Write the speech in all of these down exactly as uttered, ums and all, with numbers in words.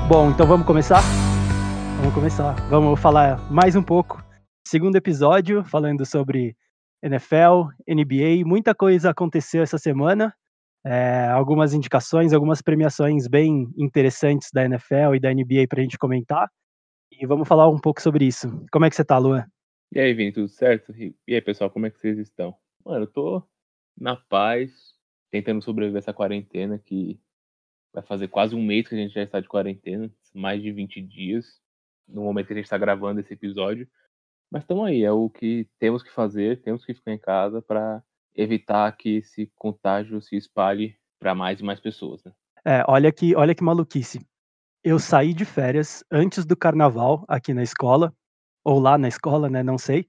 Bom, então vamos começar? Vamos começar. Vamos falar mais um pouco. Segundo episódio, falando sobre N F L, N B A. Muita coisa aconteceu essa semana. É, algumas indicações, algumas premiações bem interessantes da N F L e da N B A pra gente comentar. E vamos falar um pouco sobre isso. Como é que você tá, Luan? E aí, Vini, tudo certo? E e aí, pessoal, como é que vocês estão? Mano, eu tô na paz, tentando sobreviver essa quarentena que vai fazer quase um mês que a gente já está de quarentena, mais de vinte dias, no momento que a gente está gravando esse episódio. Mas estamos aí, é o que temos que fazer, temos que ficar em casa para evitar que esse contágio se espalhe para mais e mais pessoas, né? É, olha que, olha que maluquice. Eu saí de férias antes do carnaval aqui na escola, ou lá na escola, né? Não sei.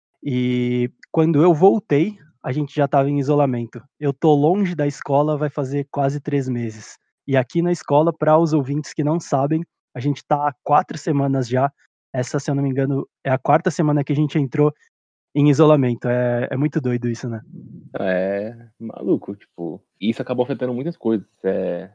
E quando eu voltei, a gente já estava em isolamento. Eu tô longe da escola, vai fazer quase três meses. E aqui na escola, para os ouvintes que não sabem, a gente tá há quatro semanas já. Essa, se eu não me engano, é a quarta semana que a gente entrou em isolamento. É, é muito doido isso, né? É maluco, tipo, isso acabou afetando muitas coisas, é,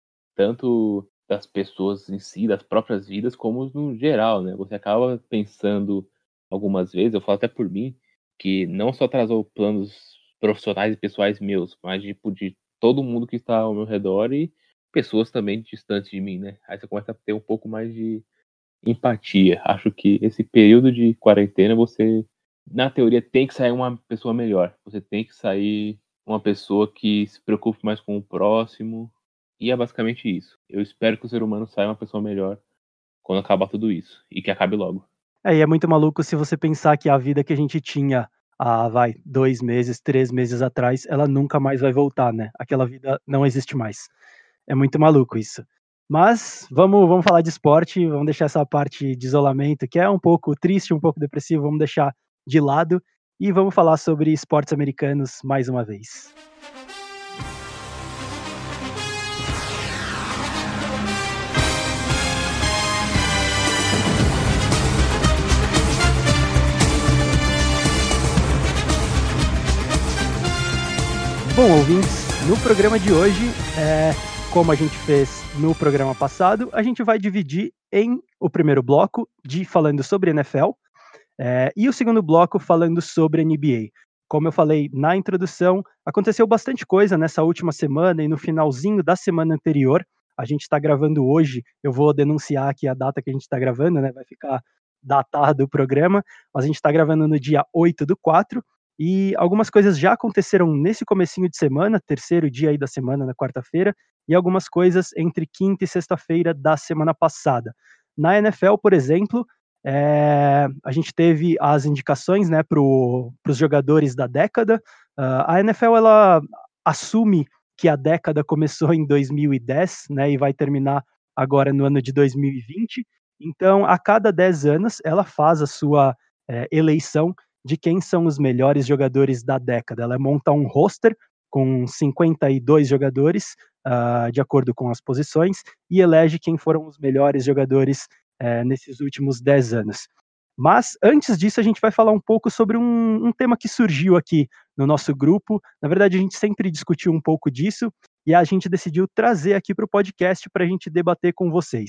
tanto das pessoas em si, das próprias vidas, como no geral, né? Você acaba pensando algumas vezes, eu falo até por mim, que não só atrasou planos profissionais e pessoais meus, mas tipo, de todo mundo que está ao meu redor e pessoas também distantes de mim, né? Aí você começa a ter um pouco mais de empatia. Acho que esse período de quarentena você, na teoria, tem que sair uma pessoa melhor. Você tem que sair uma pessoa que se preocupe mais com o próximo. E é basicamente isso. Eu espero que o ser humano saia uma pessoa melhor quando acabar tudo isso. E que acabe logo. É, e é muito maluco se você pensar que a vida que a gente tinha há, vai, dois meses, três meses atrás, ela nunca mais vai voltar, né? Aquela vida não existe mais. É muito maluco isso. Mas vamos, vamos falar de esporte, vamos deixar essa parte de isolamento, que é um pouco triste, um pouco depressivo, vamos deixar de lado e vamos falar sobre esportes americanos mais uma vez. Bom, ouvintes, no programa de hoje, é, como a gente fez no programa passado, a gente vai dividir em o primeiro bloco de falando sobre N F L, é, e o segundo bloco falando sobre N B A. Como eu falei na introdução, aconteceu bastante coisa nessa última semana e no finalzinho da semana anterior. A gente está gravando hoje, eu vou denunciar aqui a data que a gente está gravando, né? Vai ficar datado o programa, mas a gente está gravando no dia oito do quatro, e algumas coisas já aconteceram nesse comecinho de semana, terceiro dia aí da semana, na quarta-feira, e algumas coisas entre quinta e sexta-feira da semana passada. Na N F L, por exemplo, é, a gente teve as indicações, né, para os jogadores da década. Uh, a N F L ela assume que a década começou em dois mil e dez, né, e vai terminar agora no ano de dois mil e vinte. Então, a cada dez anos, ela faz a sua é, eleição de quem são os melhores jogadores da década. Ela monta um roster com cinquenta e dois jogadores, uh, de acordo com as posições, e elege quem foram os melhores jogadores é, nesses últimos dez anos. Mas antes disso, a gente vai falar um pouco sobre um, um tema que surgiu aqui no nosso grupo. Na verdade, a gente sempre discutiu um pouco disso e a gente decidiu trazer aqui para o podcast para a gente debater com vocês.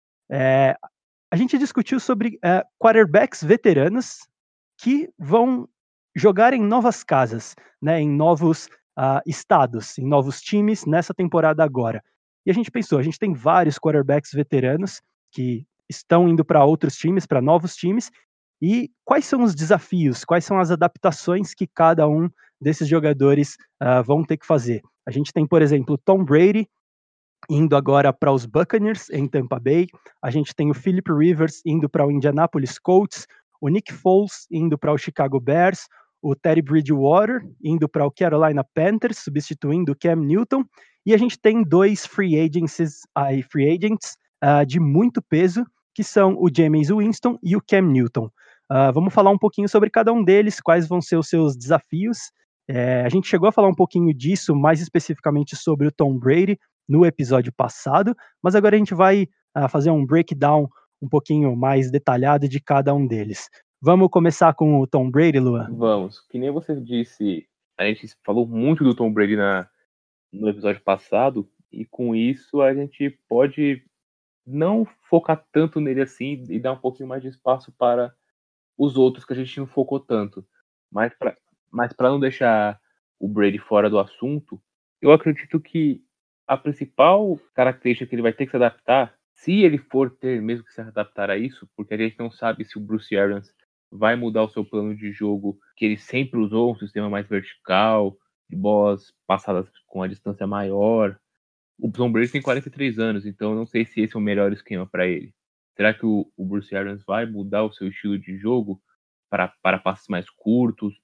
É, a gente discutiu sobre é, quarterbacks veteranos que vão jogar em novas casas, né, em novos uh, estados, em novos times nessa temporada agora. E a gente pensou, a gente tem vários quarterbacks veteranos que estão indo para outros times, para novos times, e quais são os desafios, quais são as adaptações que cada um desses jogadores uh, vão ter que fazer. A gente tem, por exemplo, Tom Brady indo agora para os Buccaneers em Tampa Bay, a gente tem o Philip Rivers indo para o Indianapolis Colts, o Nick Foles indo para o Chicago Bears, o Teddy Bridgewater indo para o Carolina Panthers, substituindo o Cam Newton, e a gente tem dois free agents, uh, free agents uh, de muito peso, que são o Jameis Winston e o Cam Newton. Uh, vamos falar um pouquinho sobre cada um deles, quais vão ser os seus desafios. É, a gente chegou a falar um pouquinho disso, mais especificamente sobre o Tom Brady, no episódio passado, mas agora a gente vai uh, fazer um breakdown um pouquinho mais detalhado de cada um deles. Vamos começar com o Tom Brady, Luan? Vamos. Que nem você disse, a gente falou muito do Tom Brady na, no episódio passado, e com isso a gente pode não focar tanto nele assim e dar um pouquinho mais de espaço para os outros que a gente não focou tanto. Mas para mas para não deixar o Brady fora do assunto, eu acredito que a principal característica que ele vai ter que se adaptar, se ele for ter mesmo que se adaptar a isso, porque a gente não sabe se o Bruce Arians vai mudar o seu plano de jogo, que ele sempre usou, um sistema mais vertical, de bolas passadas com a distância maior. O Tom Brady tem quarenta e três anos, então eu não sei se esse é o melhor esquema para ele. Será que o, o Bruce Arians vai mudar o seu estilo de jogo para, para passes mais curtos,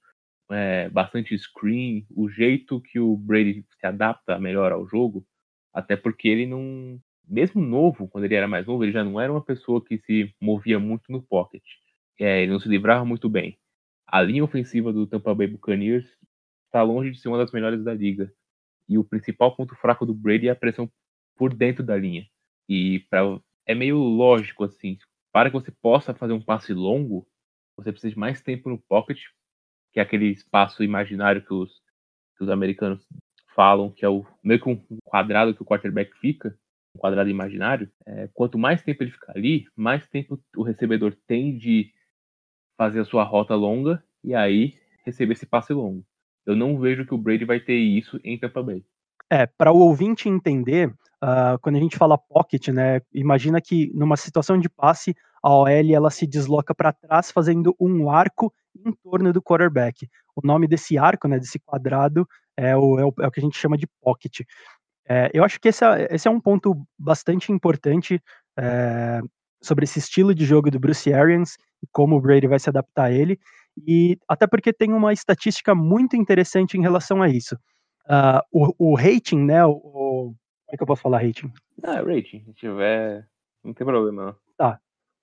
é, bastante screen, o jeito que o Brady se adapta melhor ao jogo? Até porque ele não, mesmo novo, quando ele era mais novo, ele já não era uma pessoa que se movia muito no pocket. É, ele não se livrava muito bem. A linha ofensiva do Tampa Bay Buccaneers está longe de ser uma das melhores da liga. E o principal ponto fraco do Brady é a pressão por dentro da linha. E pra, é meio lógico, assim, para que você possa fazer um passe longo, você precisa de mais tempo no pocket, que é aquele espaço imaginário que os, que os americanos falam, que é o meio que um quadrado que o quarterback fica, um quadrado imaginário. É, quanto mais tempo ele ficar ali, mais tempo o recebedor tem de fazer a sua rota longa e aí receber esse passe longo. Eu não vejo que o Brady vai ter isso em Tampa Bay. É, para o ouvinte entender, uh, quando a gente fala pocket, né, imagina que numa situação de passe, a O L ela se desloca para trás fazendo um arco em torno do quarterback. O nome desse arco, né, desse quadrado, é o, é o, é o que a gente chama de pocket. É, eu acho que esse é, esse é um ponto bastante importante é, sobre esse estilo de jogo do Bruce Arians e como o Brady vai se adaptar a ele, e até porque tem uma estatística muito interessante em relação a isso. Uh, o, o rating, né? O, o, como é que eu posso falar rating? Ah, rating. Se tiver, não tem problema, não. Tá.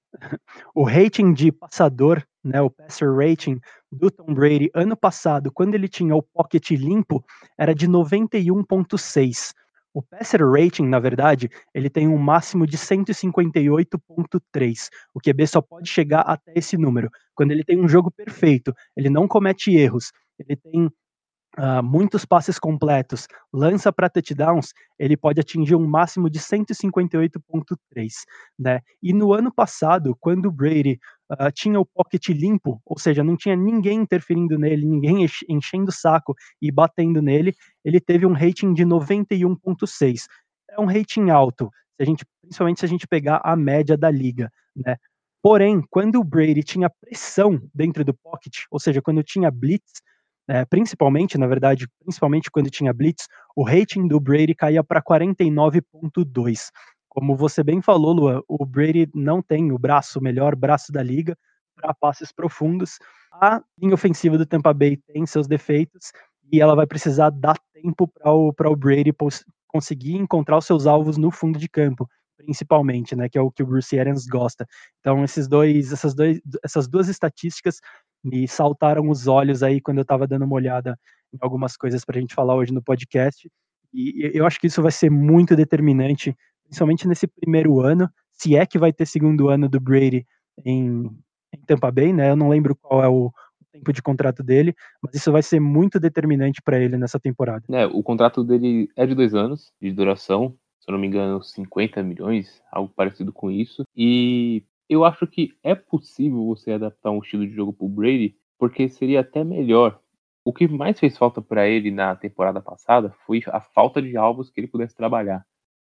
O rating de passador, né? O passer rating do Tom Brady ano passado, quando ele tinha o pocket limpo, era de noventa e um ponto seis. O passer rating, na verdade, ele tem um máximo de cento e cinquenta e oito ponto três. O Q B só pode chegar até esse número. Quando ele tem um jogo perfeito, ele não comete erros, ele tem Uh, muitos passes completos, lança para touchdowns, ele pode atingir um máximo de cento e cinquenta e oito ponto três, né? E no ano passado, quando o Brady uh, tinha o pocket limpo, ou seja, não tinha ninguém interferindo nele, ninguém enchendo o saco e batendo nele, ele teve um rating de noventa e um ponto seis. É um rating alto, se a gente, principalmente se a gente pegar a média da liga, né? Porém, quando o Brady tinha pressão dentro do pocket, ou seja, quando tinha blitz, é, principalmente, na verdade, principalmente quando tinha blitz, o rating do Brady caía para quarenta e nove ponto dois. Como você bem falou, Luan, o Brady não tem o braço, o melhor braço da liga para passes profundos. A linha ofensiva do Tampa Bay tem seus defeitos e ela vai precisar dar tempo para o, o Brady conseguir encontrar os seus alvos no fundo de campo, principalmente, né, que é o que o Bruce Arians gosta. Então, esses dois, essas, dois, essas duas estatísticas me saltaram os olhos aí quando eu estava dando uma olhada em algumas coisas para a gente falar hoje no podcast. E eu acho que isso vai ser muito determinante, principalmente nesse primeiro ano, se é que vai ter segundo ano do Brady em, em Tampa Bay, né? Eu não lembro qual é o tempo de contrato dele, mas isso vai ser muito determinante para ele nessa temporada. É, o contrato dele é de dois anos de duração, se eu não me engano, cinquenta milhões, algo parecido com isso. E eu acho que é possível você adaptar um estilo de jogo pro Brady, porque seria até melhor. O que mais fez falta para ele na temporada passada foi a falta de alvos que ele pudesse trabalhar,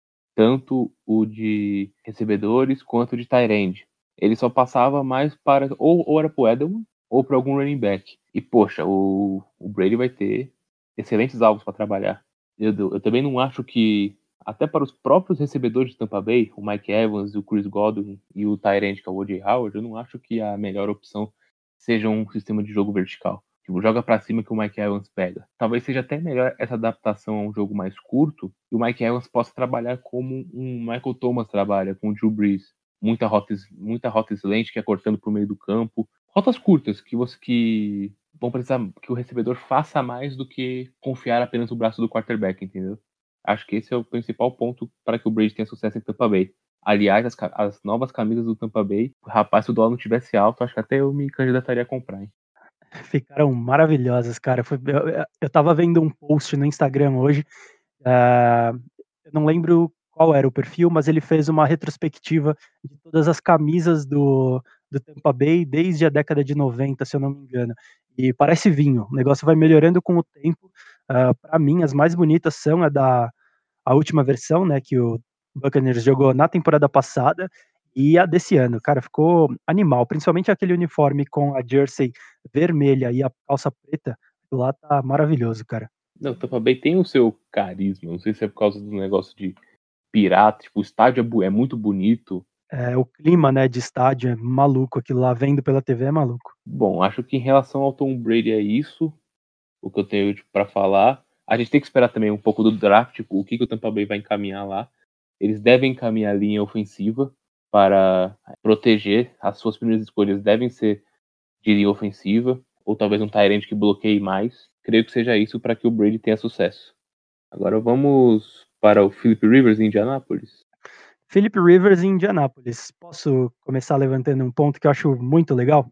tanto o de recebedores quanto o de tight end. Ele só passava mais para ou, ou era pro Edelman ou para algum running back. E poxa, o, o Brady vai ter excelentes alvos para trabalhar. Eu, eu também não acho que, até para os próprios recebedores de Tampa Bay, o Mike Evans, o Chris Godwin e o tight end, que é o O J Howard, eu não acho que a melhor opção seja um sistema de jogo vertical. Tipo, joga para cima que o Mike Evans pega. Talvez seja até melhor essa adaptação a um jogo mais curto e o Mike Evans possa trabalhar como um Michael Thomas trabalha com o Drew Brees. Muita rota, muita rota slant que é cortando por meio do campo. Rotas curtas que você que vão precisar que o recebedor faça mais do que confiar apenas no braço do quarterback, entendeu? Acho que esse é o principal ponto para que o Brady tenha sucesso em Tampa Bay. Aliás, as, as novas camisas do Tampa Bay, rapaz, se o dólar não tivesse alto, acho que até eu me candidataria a comprar, hein? Ficaram maravilhosas, cara. Foi, eu, eu tava vendo um post no Instagram hoje, uh, eu não lembro qual era o perfil, mas ele fez uma retrospectiva de todas as camisas do, do Tampa Bay desde a década de noventa, se eu não me engano. E parece vinho, o negócio vai melhorando com o tempo. Uh, para mim, as mais bonitas são a da a última versão, né, que o Buccaneers jogou na temporada passada, e a desse ano, cara, ficou animal, principalmente aquele uniforme com a jersey vermelha e a calça preta, lá tá maravilhoso, cara. Não, o Tampa Bay tem o seu carisma, não sei se é por causa do negócio de pirata, tipo, o estádio é, bu- é muito bonito. É, o clima, né, de estádio é maluco, aquilo lá vendo pela T V é maluco. Bom, acho que em relação ao Tom Brady é isso, o que eu tenho tipo, para falar. A gente tem que esperar também um pouco do draft, tipo, o que, que o Tampa Bay vai encaminhar lá. Eles devem encaminhar a linha ofensiva para proteger. As suas primeiras escolhas devem ser de linha ofensiva, ou talvez um tight end que bloqueie mais. Creio que seja isso para que o Brady tenha sucesso. Agora vamos para o Philip Rivers em Indianápolis. Philip Rivers em Indianápolis. Posso começar levantando um ponto que eu acho muito legal?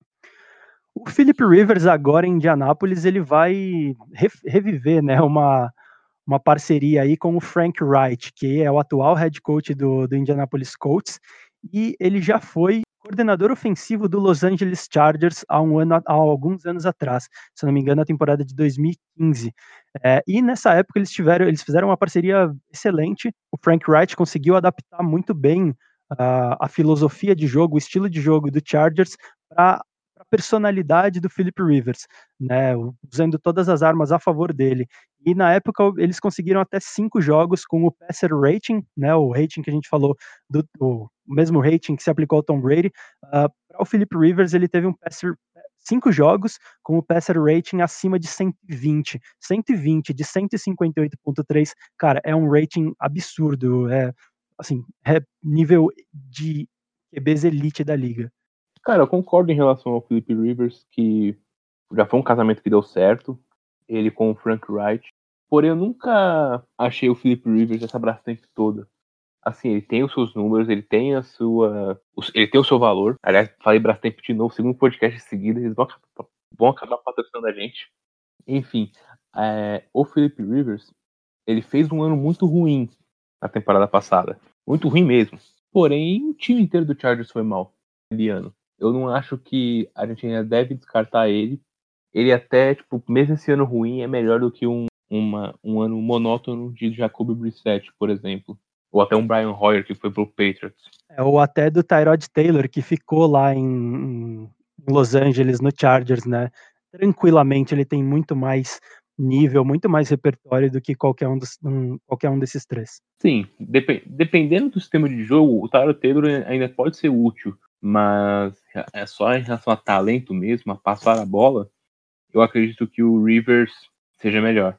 O Philip Rivers agora em Indianápolis, ele vai re reviver, né, uma, uma parceria aí com o Frank Wright, que é o atual head coach do, do Indianapolis Colts, e ele já foi coordenador ofensivo do Los Angeles Chargers há, um ano, há alguns anos atrás, se não me engano, na temporada de dois mil e quinze. É, e nessa época eles tiveram, eles fizeram uma parceria excelente. O Frank Wright conseguiu adaptar muito bem uh, a filosofia de jogo, o estilo de jogo do Chargers para a personalidade do Philip Rivers, né, usando todas as armas a favor dele. E na época eles conseguiram até cinco jogos com o passer rating, né, o rating que a gente falou, do, o mesmo rating que se aplicou ao Tom Brady. Uh, para o Philip Rivers, ele teve um passer, cinco jogos com o passer rating acima de cento e vinte. cento e vinte de cento e cinquenta e oito ponto três, cara, é um rating absurdo, é, assim, é nível de Q Bs elite da liga. Cara, eu concordo em relação ao Philip Rivers, que já foi um casamento que deu certo, ele com o Frank Wright. Porém, eu nunca achei o Philip Rivers essa Brastemp toda. Assim, ele tem os seus números, ele tem a sua. Ele tem o seu valor. Aliás, falei Brastemp de novo, segundo podcast em seguida, eles vão, vão acabar patrocinando a gente. Enfim, é, o Philip Rivers, ele fez um ano muito ruim na temporada passada. Muito ruim mesmo. Porém, o time inteiro do Chargers foi mal aquele ano. Eu não acho que a gente ainda deve descartar ele. Ele até, tipo, mesmo esse ano ruim, é melhor do que um, uma, um ano monótono de Jacoby Brissett, por exemplo. Ou até um Brian Hoyer, que foi pro Patriots. É, ou até do Tyrod Taylor, que ficou lá em, em Los Angeles, no Chargers, né? Tranquilamente, ele tem muito mais nível, muito mais repertório do que qualquer um, dos, um, qualquer um desses três. Sim, dep dependendo do sistema de jogo, o Tyrod Taylor ainda pode ser útil, mas é só em relação a talento mesmo, a passar a bola, eu acredito que o Rivers seja melhor.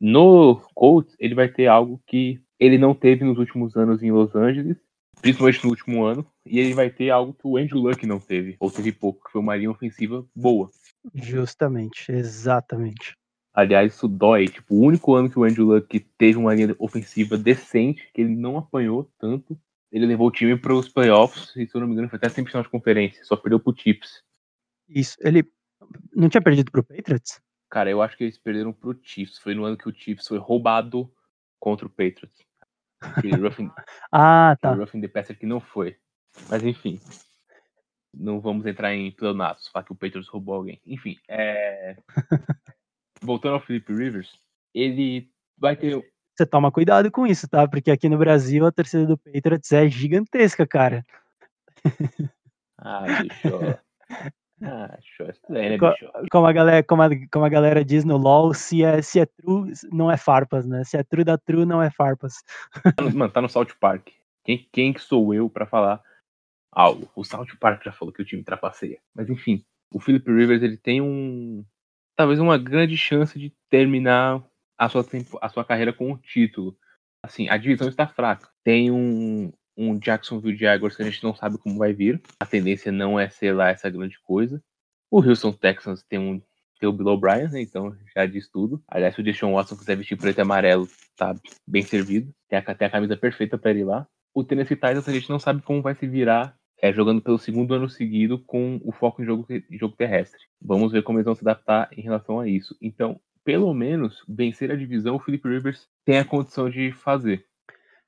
No Colts, ele vai ter algo que ele não teve nos últimos anos em Los Angeles, principalmente no último ano, e ele vai ter algo que o Andrew Luck não teve, ou teve pouco, que foi uma linha ofensiva boa. Justamente, exatamente. Aliás, isso dói. Tipo, o único ano que o Andrew Luck teve uma linha ofensiva decente, que ele não apanhou tanto, ele levou o time para os playoffs, e se eu não me engano, foi até semifinal de conferência, só perdeu pro Chiefs. Isso, ele não tinha perdido pro Patriots? Cara, eu acho que eles perderam pro Chiefs. Foi no ano que o Chiefs foi roubado contra o Patriots. Aquele roughing, ah, tá. aquele roughing the passer que não foi. Mas enfim. Não vamos entrar em pleonatos, falar que o Patriots roubou alguém. Enfim, é... voltando ao Philip Rivers, ele vai ter... Você toma cuidado com isso, tá? Porque aqui no Brasil a torcida do Patriots é gigantesca, cara. Ah, bicho. Ah, show. Isso daí, né, Co- bicho? Como a galera, como a, como a galera diz no LoL, se é, se é true, não é farpas, né? Se é true da true, não é farpas. Mano, tá no South Park. Quem, quem que sou eu pra falar algo? O South Park já falou que o time trapaceia. Mas enfim, o Philip Rivers, ele tem um... talvez uma grande chance de terminar a sua, tempo, a sua carreira com um título. Assim, a divisão está fraca. Tem um, um Jacksonville Jaguars que a gente não sabe como vai vir. A tendência não é ser lá essa grande coisa. O Houston Texans tem um tem o Bill O'Brien, né? Então já diz tudo. Aliás, se o Deshaun Watson quiser vestir preto e amarelo, tá bem servido. Tem a, tem a camisa perfeita para ir lá. O Tennessee Titans a gente não sabe como vai se virar é, jogando pelo segundo ano seguido com o foco em jogo, em jogo terrestre. Vamos ver como eles vão se adaptar em relação a isso. Então, pelo menos, vencer a divisão, o Philip Rivers tem a condição de fazer.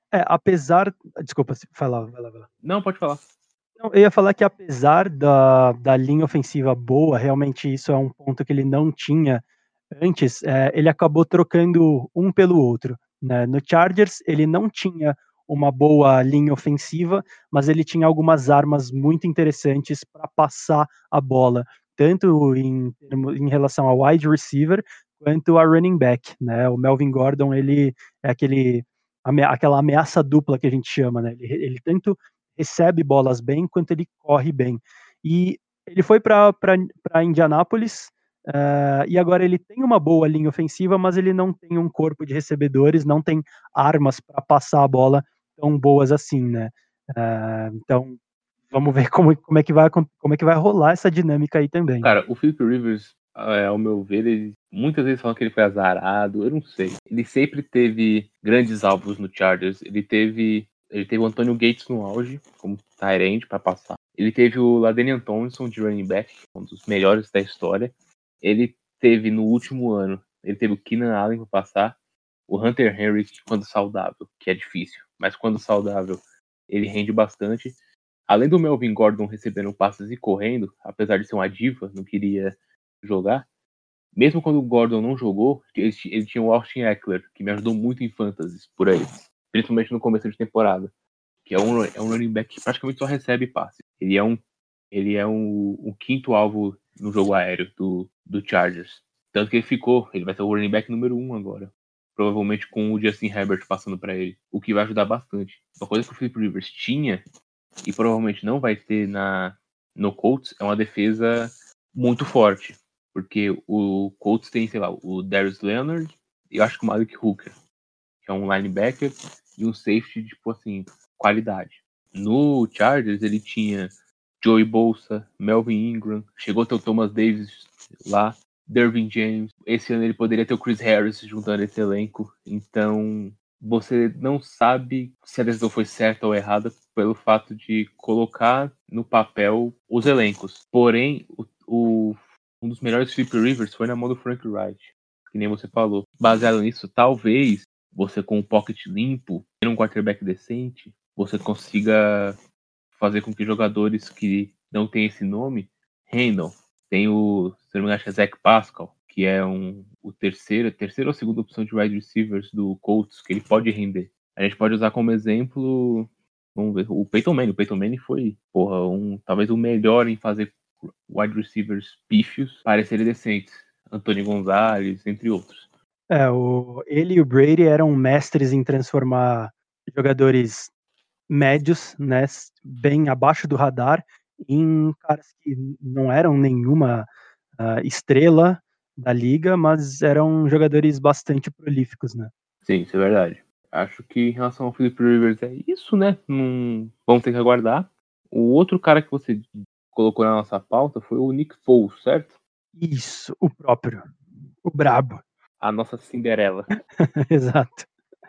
É, apesar desculpa, se vai lá, vai lá, vai lá. Não, pode falar. Não, eu ia falar que apesar da da linha ofensiva boa, realmente isso é um ponto que ele não tinha antes, eh, ele acabou trocando um pelo outro, né. No Chargers, ele não tinha uma boa linha ofensiva, mas ele tinha algumas armas muito interessantes para passar a bola, tanto em termo em relação a wide receiver, quanto a running back, né. O Melvin Gordon, ele é aquele ame aquela ameaça dupla que a gente chama, né. Ele ele tanto recebe bolas bem, quanto ele corre bem. E ele foi para pra pra Indianápolis, hã, e agora ele tem uma boa linha ofensiva, mas ele não tem um corpo de recebedores, não tem armas para passar a bola tão boas assim, né. Hã, então, vamos ver como como é que vai acon como é que vai rolar essa dinâmica aí também. Cara, o Philip Rivers, eh, ao meu ver, ele muitas vezes falam que ele foi azarado, eu não sei. Ele sempre teve grandes alvos no Chargers, ele teve ele teve o Antonio Gates no auge, como tight end pra passar. Ele teve o LaDainian Tomlinson de running back, um dos melhores da história. Ele teve no último ano, ele teve o Keenan Allen pra passar, o Hunter Henry quando saudável, que é difícil, mas quando saudável ele rende bastante. Além do Melvin Gordon recebendo passes e correndo, apesar de ser uma diva, não queria jogar, mesmo quando o Gordon não jogou, ele, ele tinha o Austin Eckler, que me ajudou muito em fantasies por aí, principalmente no começo de temporada, que é um, é um running back que praticamente só recebe passe. Ele é um, ele é um, um quinto alvo no jogo aéreo do, do Chargers. Tanto que ele ficou, ele vai ser o running back número um agora. Provavelmente com o Justin Herbert passando para ele, o que vai ajudar bastante. Uma coisa que o Philip Rivers tinha e provavelmente não vai ter na, no Colts é uma defesa muito forte. Porque o Colts tem, sei lá, o Darius Leonard e eu acho que o Malik Hooker, que é um linebacker e um safety, tipo assim, qualidade. No Chargers ele tinha Joey Bosa, Melvin Ingram, chegou a ter o Thomas Davis lá, Dervin James. Esse ano ele poderia ter o Chris Harris juntando esse elenco. Então, você não sabe se a decisão foi certa ou errada pelo fato de colocar no papel os elencos. Porém, o, o, um dos melhores Philip Rivers foi na mão do Frank Wright, que nem você falou. Baseado nisso, talvez você com um pocket limpo, tendo um quarterback decente, você consiga fazer com que jogadores que não têm esse nome rendam. Tem o, se não me engano, acho que é Zach Pascal, que é um, o terceiro, terceira ou segunda opção de wide receivers do Colts, que ele pode render. A gente pode usar como exemplo, vamos ver, o Peyton Manning. O Peyton Manning foi, porra, um, talvez o melhor em fazer wide receivers pífios parecerem decentes. Antônio Gonzalez, entre outros. É, o, ele e o Brady eram mestres em transformar jogadores médios, né, bem abaixo do radar, em caras que não eram nenhuma uh, estrela da liga, mas eram jogadores bastante prolíficos, né? Sim, isso é verdade. Acho que em relação ao Philip Rivers é isso, né? Não... Vamos ter que aguardar. O outro cara que você colocou na nossa pauta foi o Nick Foles, certo? Isso, o próprio. O brabo. A nossa Cinderela. Exato.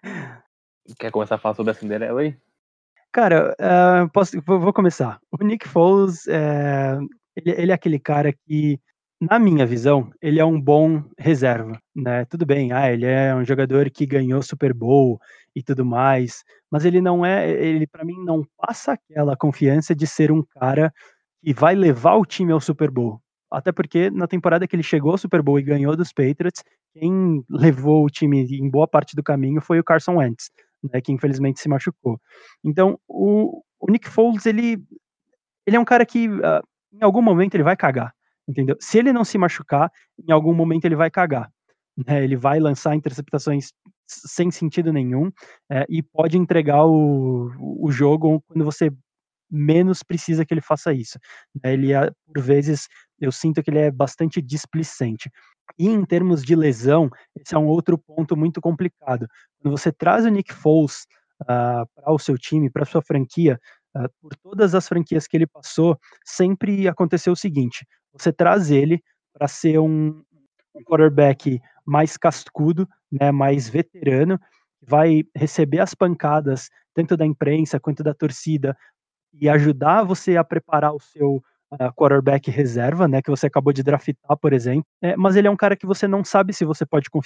Quer começar a falar sobre a Cinderela aí? Cara, uh, posso, vou, vou começar. O Nick Foles, é, ele, ele é aquele cara que, na minha visão, ele é um bom reserva, né? Tudo bem, ah, ele é um jogador que ganhou Super Bowl e tudo mais, mas ele não é, ele para mim não passa aquela confiança de ser um cara que vai levar o time ao Super Bowl. Até porque na temporada que ele chegou ao Super Bowl e ganhou dos Patriots, quem levou o time em boa parte do caminho foi o Carson Wentz, né, que infelizmente se machucou. Então, o, o Nick Foles, ele, ele é um cara que uh, em algum momento ele vai cagar, entendeu? Se ele não se machucar, em algum momento ele vai cagar. Né? Ele vai lançar interceptações sem sentido nenhum é, e pode entregar o, o jogo quando você menos precisa que ele faça isso. Ele, por vezes, eu sinto que ele é bastante displicente. E em termos de lesão, esse é um outro ponto muito complicado. Quando você traz o Nick Foles uh, para o seu time, para sua franquia, uh, por todas as franquias que ele passou, sempre aconteceu o seguinte: você traz ele para ser um, um quarterback mais cascudo, né, mais veterano, vai receber as pancadas tanto da imprensa quanto da torcida e ajudar você a preparar o seu uh, quarterback reserva, né, que você acabou de draftar, por exemplo. É, mas ele é um cara que você não sabe se você pode confiar.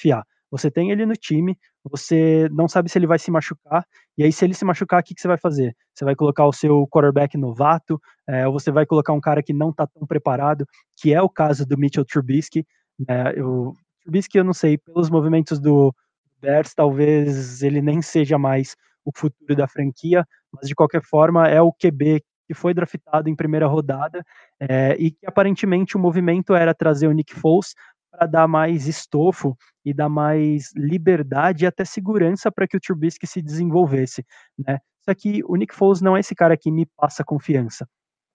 Você tem ele no time, você não sabe se ele vai se machucar, e aí se ele se machucar, o que, que você vai fazer? Você vai colocar o seu quarterback novato, é, ou você vai colocar um cara que não está tão preparado, que é o caso do Mitchell Trubisky. É, o Trubisky, eu não sei, pelos movimentos do Bears, talvez ele nem seja mais o futuro da franquia, mas de qualquer forma é o Q B que foi draftado em primeira rodada, é, e que aparentemente o movimento era trazer o Nick Foles para dar mais estofo e dar mais liberdade e até segurança para que o Trubisky se desenvolvesse, né? Só que o Nick Foles não é esse cara que me passa confiança.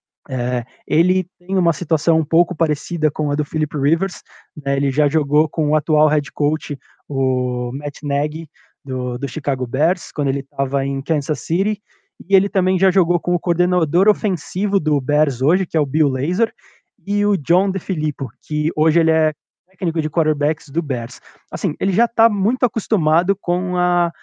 É, ele tem uma situação um pouco parecida com a do Philip Rivers, né? Ele já jogou com o atual head coach, o Matt Nagy, do, do Chicago Bears, quando ele estava em Kansas City, e ele também já jogou com o coordenador ofensivo do Bears hoje, que é o Bill Lazor, e o John DeFilippo, que hoje ele é técnico de quarterbacks do Bears. Assim, ele já está muito acostumado com a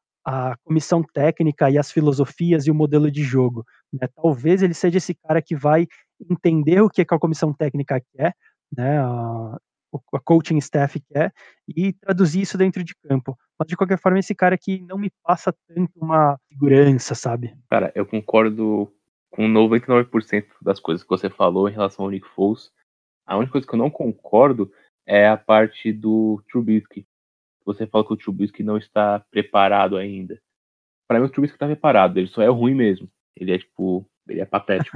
a comissão técnica e as filosofias e o modelo de jogo, né? Talvez ele seja esse cara que vai entender o que, é que a comissão técnica quer, né? A, a coaching staff quer e traduzir isso dentro de campo. Mas de qualquer forma, esse cara que não me passa tanto uma segurança, sabe? Cara, eu concordo com noventa e nove por cento das coisas que você falou em relação ao Nick Foles. A única coisa que eu não concordo é a parte do Trubisky. Você fala que o Trubisky não está preparado ainda. Para mim, o Trubisky está preparado. Ele só é ruim mesmo. Ele é, tipo, ele é patético.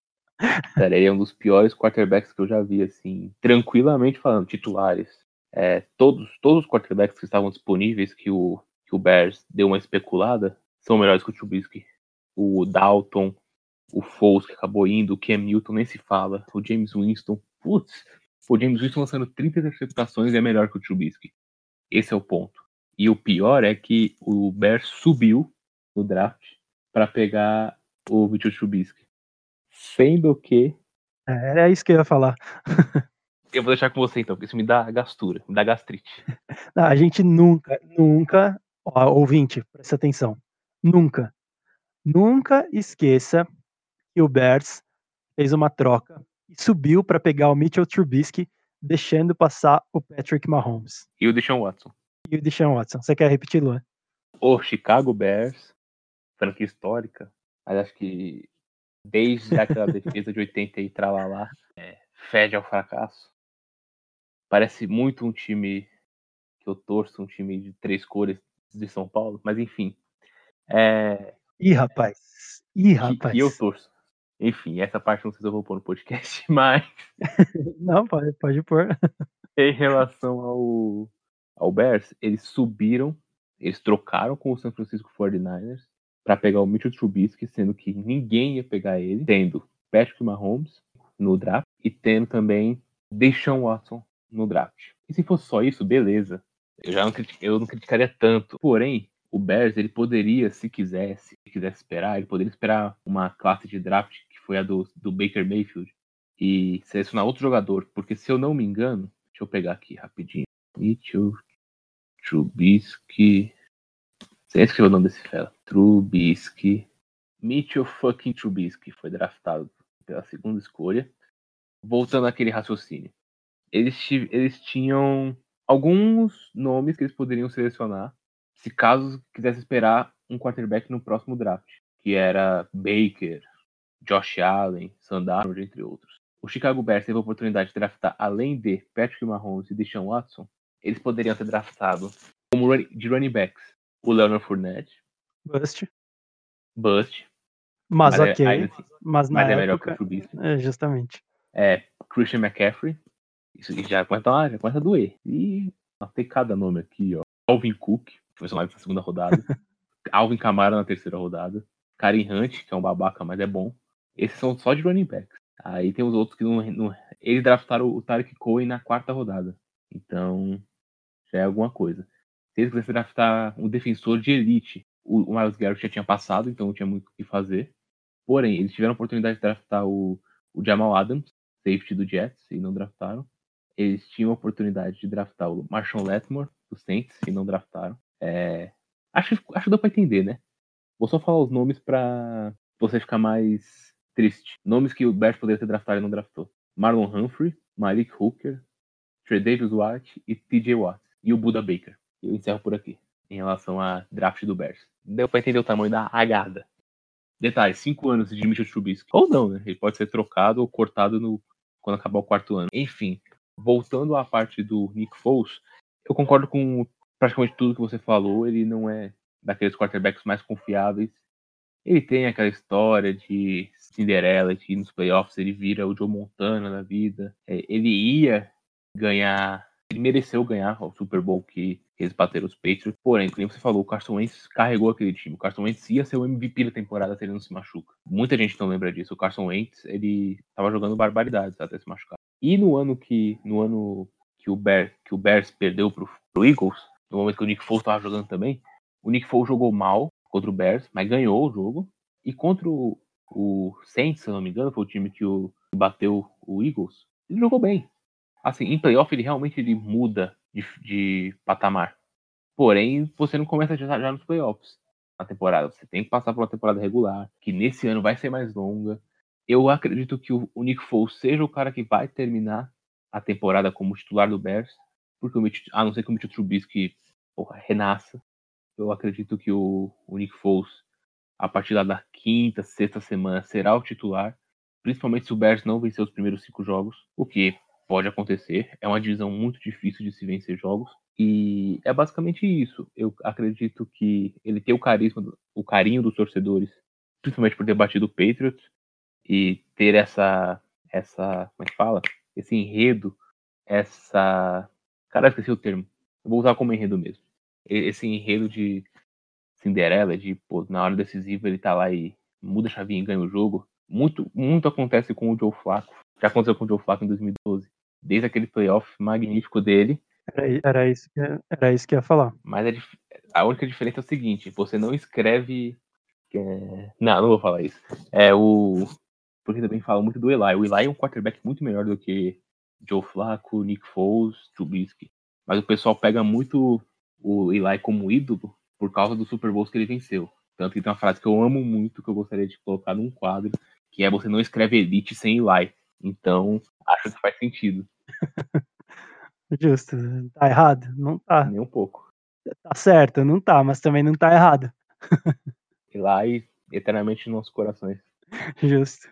Sério, ele é um dos piores quarterbacks que eu já vi, assim, tranquilamente falando, titulares. É, todos, todos os quarterbacks que estavam disponíveis, que o, que o Bears deu uma especulada, são melhores que o Trubisky. O Dalton, o Foles, que acabou indo, o Cam Newton, nem se fala. O James Winston, putz, o James Winston lançando trinta interceptações é melhor que o Trubisky. Esse é o ponto. E o pior é que o Bears subiu no draft para pegar o Mitchell Trubisky. Sendo que... É, era isso que eu ia falar. Eu vou deixar com você então, porque isso me dá gastura, me dá gastrite. Não, a gente nunca, nunca, ó, ouvinte, presta atenção, nunca, nunca esqueça que o Bears fez uma troca e subiu para pegar o Mitchell Trubisky, deixando passar o Patrick Mahomes. E o Deshaun Watson. E o Deshaun Watson. Você quer repetir, Luan? O Chicago Bears, franquia histórica, mas acho que desde aquela defesa de oitenta e tralalá, é, fede ao fracasso. Parece muito um time que eu torço, um time de três cores de São Paulo, mas enfim. É... Ih, rapaz. Ih, Que, rapaz. que eu torço. Enfim, essa parte não sei se eu vou pôr no podcast, mas... Não, pode, pode pôr. Em relação ao, ao Bears, eles subiram, eles trocaram com o San Francisco forty-niners para pegar o Mitchell Trubisky, sendo que ninguém ia pegar ele, tendo Patrick Mahomes no draft e tendo também Deshaun Watson no draft. E se fosse só isso, beleza. Eu já não, eu não criticaria tanto. Porém, o Bears, ele poderia, se quisesse, se quisesse esperar, ele poderia esperar uma classe de draft que foi a do, do Baker Mayfield e selecionar outro jogador, porque se eu não me engano, deixa eu pegar aqui rapidinho. Mitchell Trubisky. Você escreveu o nome desse fera? Trubisky. Mitchell fucking Trubisky foi draftado pela segunda escolha. Voltando àquele raciocínio. Eles, eles tinham alguns nomes que eles poderiam selecionar se caso quisesse esperar um quarterback no próximo draft, que era Baker, Josh Allen, Sam Darnold, entre outros. O Chicago Bears teve a oportunidade de draftar, além de Patrick Mahomes e Deshaun Watson, eles poderiam ter draftado como run, de running backs o Leonard Fournette. Bust. Bust. Mas, mas ok. É, assim, mas na mas é época, melhor que o Trubisky. É, justamente. É, Christian McCaffrey. Isso já começa a, já começa a doer. E tem cada nome aqui, ó. Alvin Cook, que foi selecionado na segunda rodada. Alvin Kamara na terceira rodada. Kareem Hunt, que é um babaca, mas é bom. Esses são só de running backs. Aí tem os outros que não, não... Eles draftaram o Tariq Cohen na quarta rodada. Então, já é alguma coisa. Se eles quisessem draftar um defensor de elite, o, o Myles Garrett já tinha passado, então não tinha muito o que fazer. Porém, eles tiveram a oportunidade de draftar o, o Jamal Adams, safety do Jets, e não draftaram. Eles tinham a oportunidade de draftar o Marshawn Lattimore, do Saints, e não draftaram. É... Acho, acho que dá pra entender, né? Vou só falar os nomes pra você ficar mais triste. Nomes que o Bears poderia ter draftado e não draftou. Marlon Humphrey, Malik Hooker, Tre'Davious White e T J Watt. E o Buda Baker. Eu encerro por aqui, em relação a draft do Bears. Deu pra entender o tamanho da agada. Detalhe, cinco anos de Mitchell Trubisky. Ou não, né? Ele pode ser trocado ou cortado no, quando acabar o quarto ano. Enfim, voltando à parte do Nick Foles, eu concordo com praticamente tudo que você falou. Ele não é daqueles quarterbacks mais confiáveis. Ele tem aquela história de Cinderela, de ir nos playoffs, ele vira o Joe Montana na vida. É, ele ia ganhar, ele mereceu ganhar o Super Bowl que eles bateram os Patriots. Porém, como você falou, o Carson Wentz carregou aquele time. O Carson Wentz ia ser o M V P da temporada se ele não se machuca. Muita gente não lembra disso. O Carson Wentz, ele tava jogando barbaridades até se machucar. E no ano que, no ano que o, Bear, que o Bears perdeu pro, pro Eagles, no momento que o Nick Foles tava jogando também, o Nick Foles jogou mal contra o Bears, mas ganhou o jogo. E contra o, o Saints, se eu não me engano, foi o time que, o, que bateu o Eagles, ele jogou bem. Assim, em playoff ele realmente ele muda de, de patamar. Porém, você não começa já, já nos playoffs na temporada. Você tem que passar por uma temporada regular, que nesse ano vai ser mais longa. Eu acredito que o, o Nick Foles seja o cara que vai terminar a temporada como titular do Bears, porque o Mitch, a não ser que o Mitchell Trubisky porra, renasça. Eu acredito que o, o Nick Foles, a partir da quinta, sexta semana, será o titular, principalmente se o Bears não vencer os primeiros cinco jogos, o que pode acontecer. É uma divisão muito difícil de se vencer jogos. E é basicamente isso. Eu acredito que ele tem o carisma, o carinho dos torcedores, principalmente por ter batido o Patriots e ter essa, essa, como é que fala? Esse enredo, essa... Cara, eu esqueci o termo. Eu vou usar como enredo mesmo. Esse enredo de Cinderela, de, pô, na hora decisiva ele tá lá e muda a chavinha e ganha o jogo. Muito, muito acontece com o Joe Flacco. Já aconteceu com o Joe Flacco em dois mil e doze. Desde aquele playoff magnífico dele. Era, era, isso, que, era isso que eu ia falar. Mas a, a única diferença é o seguinte, você não escreve... É... Não, não vou falar isso. É o... Porque também fala muito do Eli. O Eli é um quarterback muito melhor do que Joe Flacco, Nick Foles, Trubisky. Mas o pessoal pega muito o Eli como ídolo por causa dos Super Bowls que ele venceu. Tanto que tem uma frase que eu amo muito, que eu gostaria de colocar num quadro, que é: você não escreve elite sem Eli. Então, acho que faz sentido. Justo. Tá errado? Não tá. Nem um pouco. Tá certo, não tá, mas também não tá errado. Eli, eternamente nos nossos corações. Justo.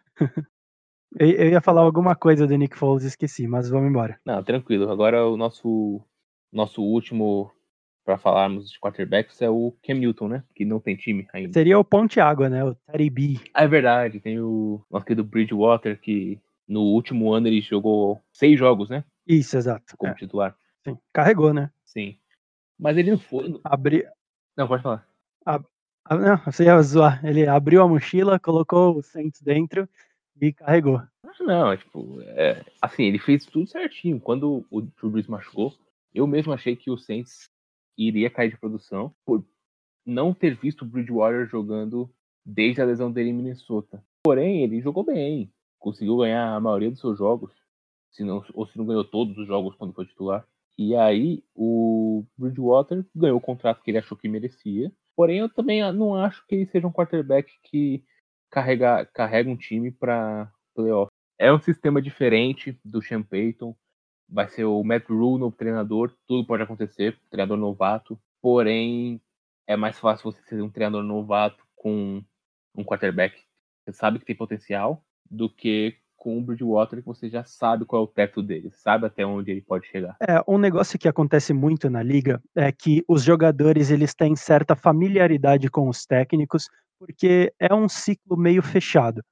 Eu, eu ia falar alguma coisa do Nick Foles, esqueci, mas vamos embora. Não, tranquilo. Agora o nosso, nosso último para falarmos de quarterbacks é o Cam Newton, né? Que não tem time ainda. Seria o Ponte Água, né? O Teddy B. Ah, é verdade. Tem o nosso querido Bridgewater, que no último ano ele jogou seis jogos, né? Isso, exato. Como é. titular. Sim. Carregou, né? Sim. Mas ele não foi. Abri... Não, pode falar. Ab... Não, você ia zoar. Ele abriu a mochila, colocou o Saints dentro e carregou. Não, é tipo, é, assim, ele fez tudo certinho. Quando o Drew Brees machucou, eu mesmo achei que o Saints iria cair de produção por não ter visto o Bridgewater jogando desde a lesão dele em Minnesota. Porém, ele jogou bem, conseguiu ganhar a maioria dos seus jogos, se não, ou se não ganhou todos os jogos quando foi titular. E aí, o Bridgewater ganhou o contrato que ele achou que merecia. Porém, eu também não acho que ele seja um quarterback que carrega, carrega um time para playoff. É um sistema diferente do Sean Payton. Vai ser o Matt Rule no treinador. Tudo pode acontecer. Treinador novato. Porém, é mais fácil você ser um treinador novato com um quarterback que você sabe que tem potencial do que com o Bridgewater, que você já sabe qual é o teto dele. Sabe até onde ele pode chegar. É, um negócio que acontece muito na liga é que os jogadores eles têm certa familiaridade com os técnicos, porque é um ciclo meio fechado.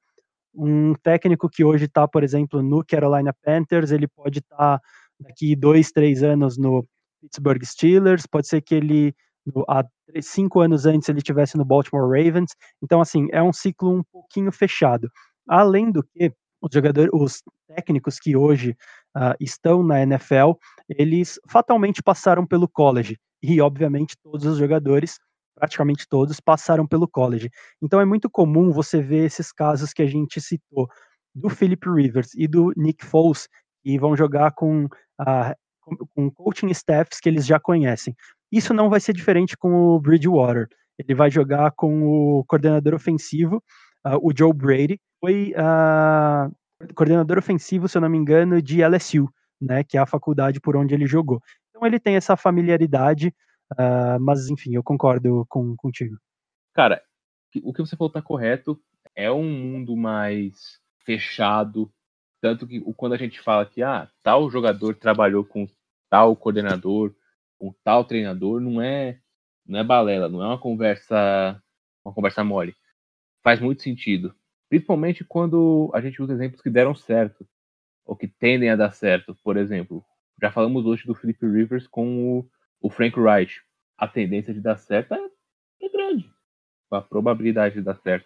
Um técnico que hoje está, por exemplo, no Carolina Panthers, ele pode estar tá daqui dois, três anos no Pittsburgh Steelers, pode ser que ele no, há cinco anos antes ele estivesse no Baltimore Ravens. Então, assim, é um ciclo um pouquinho fechado. Além do que, os jogadores, os técnicos que hoje uh, estão na N F L, eles fatalmente passaram pelo college. E, obviamente, todos os jogadores, praticamente todos, passaram pelo college. Então é muito comum você ver esses casos que a gente citou, do Philip Rivers e do Nick Foles, que vão jogar com, uh, com, com coaching staffs que eles já conhecem. Isso não vai ser diferente com o Bridgewater. Ele vai jogar com o coordenador ofensivo, uh, o Joe Brady, foi uh, coordenador ofensivo, se eu não me engano, de L S U, né, que é a faculdade por onde ele jogou. Então ele tem essa familiaridade Uh, mas, enfim, eu concordo com, contigo. Cara, o que você falou tá correto. É um mundo mais fechado. Tanto que quando a gente fala que ah, tal jogador trabalhou com tal coordenador, com tal treinador, não é, não é balela, não é uma conversa, uma conversa mole. Faz muito sentido. Principalmente quando a gente usa exemplos que deram certo, ou que tendem a dar certo. Por exemplo, já falamos hoje do Philip Rivers com o, o Frank Reich. A tendência de dar certo é, é grande. A probabilidade de dar certo.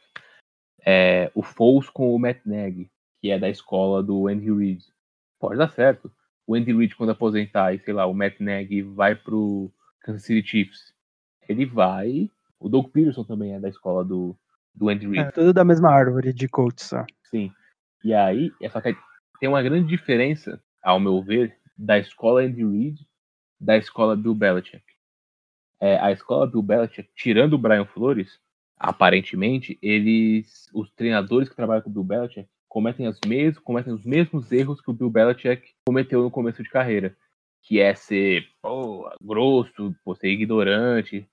É, o Foles com o Matt Nagy, que é da escola do Andy Reid. Pode dar certo. O Andy Reid, quando aposentar, e sei lá, o Matt Nagy vai pro Kansas City Chiefs, ele vai. O Doug Peterson também é da escola do, do Andy Reid. É tudo da mesma árvore de coach só. Sim. E aí, é só que tem uma grande diferença, ao meu ver, da escola Andy Reid da escola Bill Belichick. É, a escola Bill Belichick, tirando o Brian Flores, aparentemente, eles, os treinadores que trabalham com o Bill Belichick cometem, as mes cometem os mesmos erros que o Bill Belichick cometeu no começo de carreira, que é ser pô, grosso, pô, ser ignorante,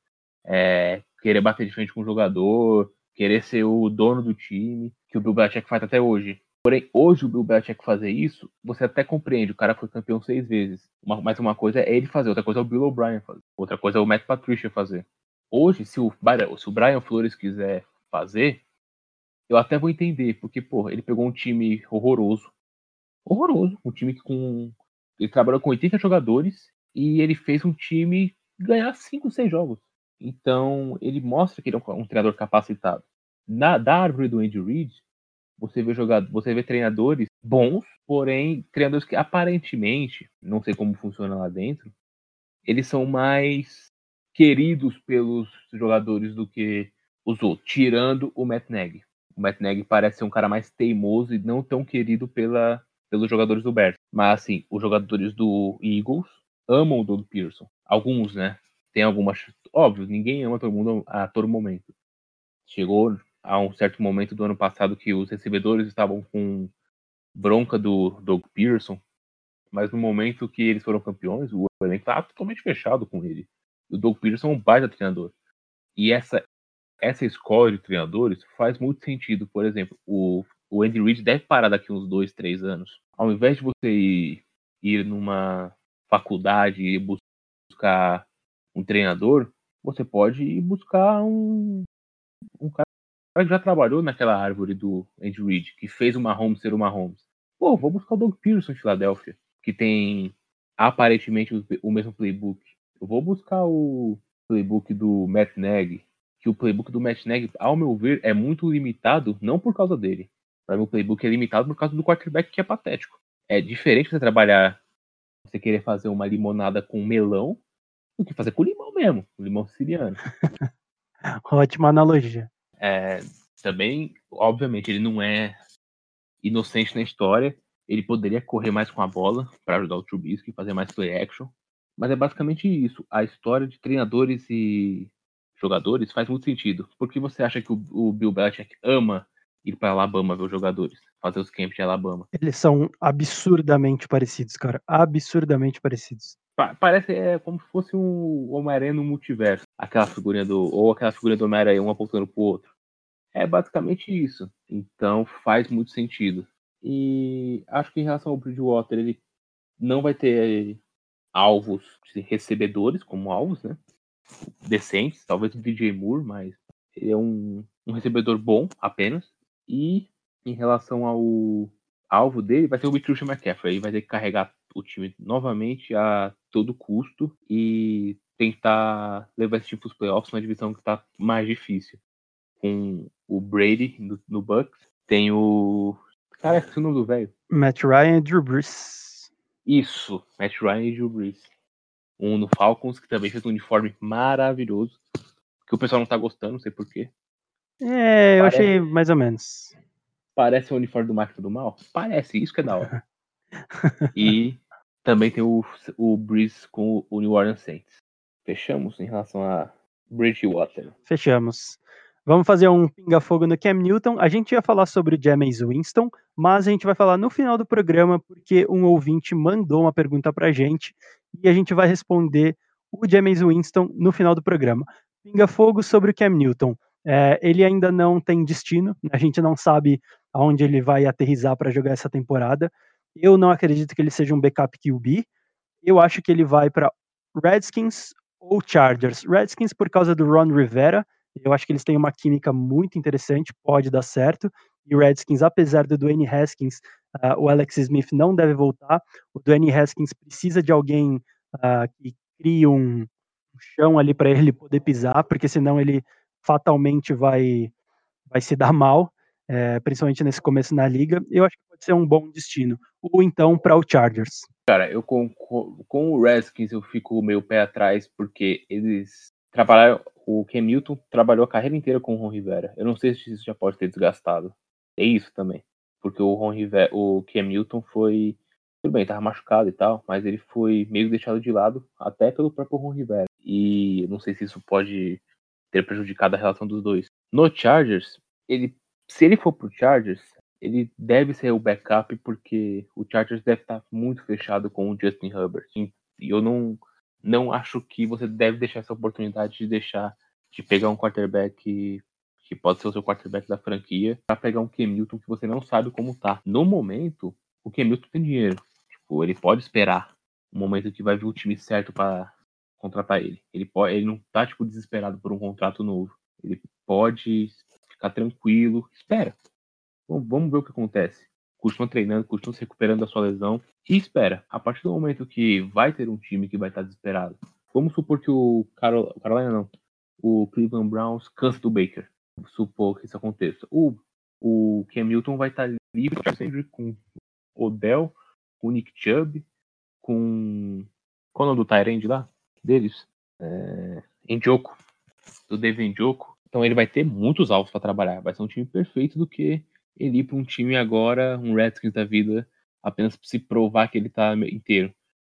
é, querer bater de frente com o jogador, querer ser o dono do time, que o Bill Belichick faz até hoje. Porém, hoje o Bill Belichick fazer isso, você até compreende, o cara foi campeão seis vezes. Uma, mas uma coisa é ele fazer, outra coisa é o Bill O'Brien fazer, outra coisa é o Matt Patricia fazer. Hoje, se o, se o Brian Flores quiser fazer, eu até vou entender, porque, pô, ele pegou um time horroroso, horroroso, um time que com... Ele trabalhou com oitenta jogadores e ele fez um time ganhar cinco, seis jogos. Então, ele mostra que ele é um, um treinador capacitado. Na, da árvore do Andy Reid, você vê jogador, você vê treinadores bons, porém treinadores que aparentemente, não sei como funciona lá dentro, eles são mais queridos pelos jogadores do que os outros, tirando o Matt Nagy. O Matt Nagy parece ser um cara mais teimoso e não tão querido pela, pelos jogadores do Bears. Mas assim, os jogadores do Eagles amam o Doug Peterson. Alguns, né? Tem algumas. Óbvio, ninguém ama todo mundo a todo momento. Chegou a um certo momento do ano passado que os recebedores estavam com bronca do Doug Peterson, mas no momento que eles foram campeões, o elenco estava totalmente fechado com ele. O Doug Peterson é um baita treinador. E essa, essa escola de treinadores faz muito sentido. Por exemplo, o, o Andy Reid deve parar daqui uns dois, três anos. Ao invés de você ir, ir numa faculdade e buscar um treinador, você pode ir buscar um, um cara que já trabalhou naquela árvore do Andy Reid, que fez o Mahomes ser o Mahomes. Pô, vou buscar o Doug Peterson em Filadélfia, que tem aparentemente o, o mesmo playbook. Eu vou buscar o playbook do Matt Nagy, que o playbook do Matt Nagy, ao meu ver, é muito limitado, não por causa dele. Para mim, o playbook é limitado por causa do quarterback, que é patético. É diferente você trabalhar, você querer fazer uma limonada com melão, do que fazer com limão mesmo, com limão siciliano. Ótima analogia. É, também, obviamente, ele não é inocente na história. Ele poderia correr mais com a bola para ajudar o Trubisky, fazer mais play action. Mas é basicamente isso. A história de treinadores e jogadores faz muito sentido. Por que você acha que o, o Bill Belichick ama ir para Alabama ver os jogadores, fazer os camps de Alabama? Eles são absurdamente parecidos, cara. Absurdamente parecidos. Pa- parece é, como se fosse um Homem-Aranha no multiverso. Aquela figurinha do. Ou aquela figurinha do Homem-Aranha, um apontando pro outro. É basicamente isso. Então faz muito sentido. E acho que em relação ao Bridgewater, ele não vai ter alvos, recebedores como alvos, né? Decentes, talvez o D J Moore, mas ele é um, um recebedor bom apenas. E em relação ao alvo dele, vai ser o Christian McCaffrey. Ele vai ter que carregar o time novamente a todo custo e tentar levar esse time para os playoffs na divisão que está mais difícil. Com o Brady no, no Bucks, tem o... Cara, esqueci o nome do velho. Matt Ryan e Drew Brees. Isso, Matt Ryan e Drew Brees. Um no Falcons, que também fez um uniforme maravilhoso, que o pessoal não tá gostando, não sei porquê. É, eu Parece... achei mais ou menos. Parece o uniforme do Máquina do Mal? Parece, isso que é da hora. E também tem o, o Brees com o New Orleans Saints. Fechamos em relação a Bridgewater. Fechamos. Vamos fazer um pinga-fogo no Cam Newton. A gente ia falar sobre o Jameis Winston, mas a gente vai falar no final do programa, porque um ouvinte mandou uma pergunta pra gente e a gente vai responder o Jameis Winston no final do programa. Pinga fogo sobre o Cam Newton. É, ele ainda não tem destino, a gente não sabe aonde ele vai aterrissar para jogar essa temporada. Eu não acredito que ele seja um backup Q B. Eu acho que ele vai para Redskins ou Chargers. Redskins por causa do Ron Rivera. Eu acho que eles têm uma química muito interessante, pode dar certo. E o Redskins, apesar do Dwayne Haskins, uh, o Alex Smith não deve voltar. O Dwayne Haskins precisa de alguém uh, que crie um, um chão ali para ele poder pisar, porque senão ele fatalmente vai, vai se dar mal, é, principalmente nesse começo na liga. Eu acho que pode ser um bom destino. Ou então para o Chargers. Cara, eu com, com, com o Redskins eu fico meio pé atrás, porque eles trabalharam. O Cam Newton trabalhou a carreira inteira com o Ron Rivera. Eu não sei se isso já pode ter desgastado. É isso também. Porque o Ron Rivera, o Cam Newton foi. Tudo bem, tava machucado e tal, mas ele foi meio deixado de lado, até pelo próprio Ron Rivera. E não sei se isso pode ter prejudicado a relação dos dois. No Chargers, ele, se ele for pro Chargers, ele deve ser o backup, porque o Chargers deve estar muito fechado com o Justin Herbert. E eu não, não acho que você deve deixar essa oportunidade de deixar de pegar um quarterback que pode ser o seu quarterback da franquia para pegar um Cam Newton que você não sabe como tá. No momento, o Cam Newton tem dinheiro. Tipo, ele pode esperar o momento que vai vir o time certo para contratar ele. Ele, pode, ele não tá tipo desesperado por um contrato novo. Ele pode ficar tranquilo, espera. Bom, vamos ver o que acontece. Continua treinando, continua se recuperando da sua lesão e espera. A partir do momento que vai ter um time que vai estar desesperado, vamos supor que o Carol, Carolina não, o Cleveland Browns cansa do Baker. Vamos supor que isso aconteça. O, o Cam Newton vai estar livre sempre com Odell, com o Nick Chubb, com... Qual é o nome do Tyrande lá? Deles? É... Njoku. Do Devin Njoku. Então ele vai ter muitos alvos para trabalhar. Vai ser um time perfeito do que ele ir para um time agora, um Redskins da vida, apenas para se provar que ele tá inteiro.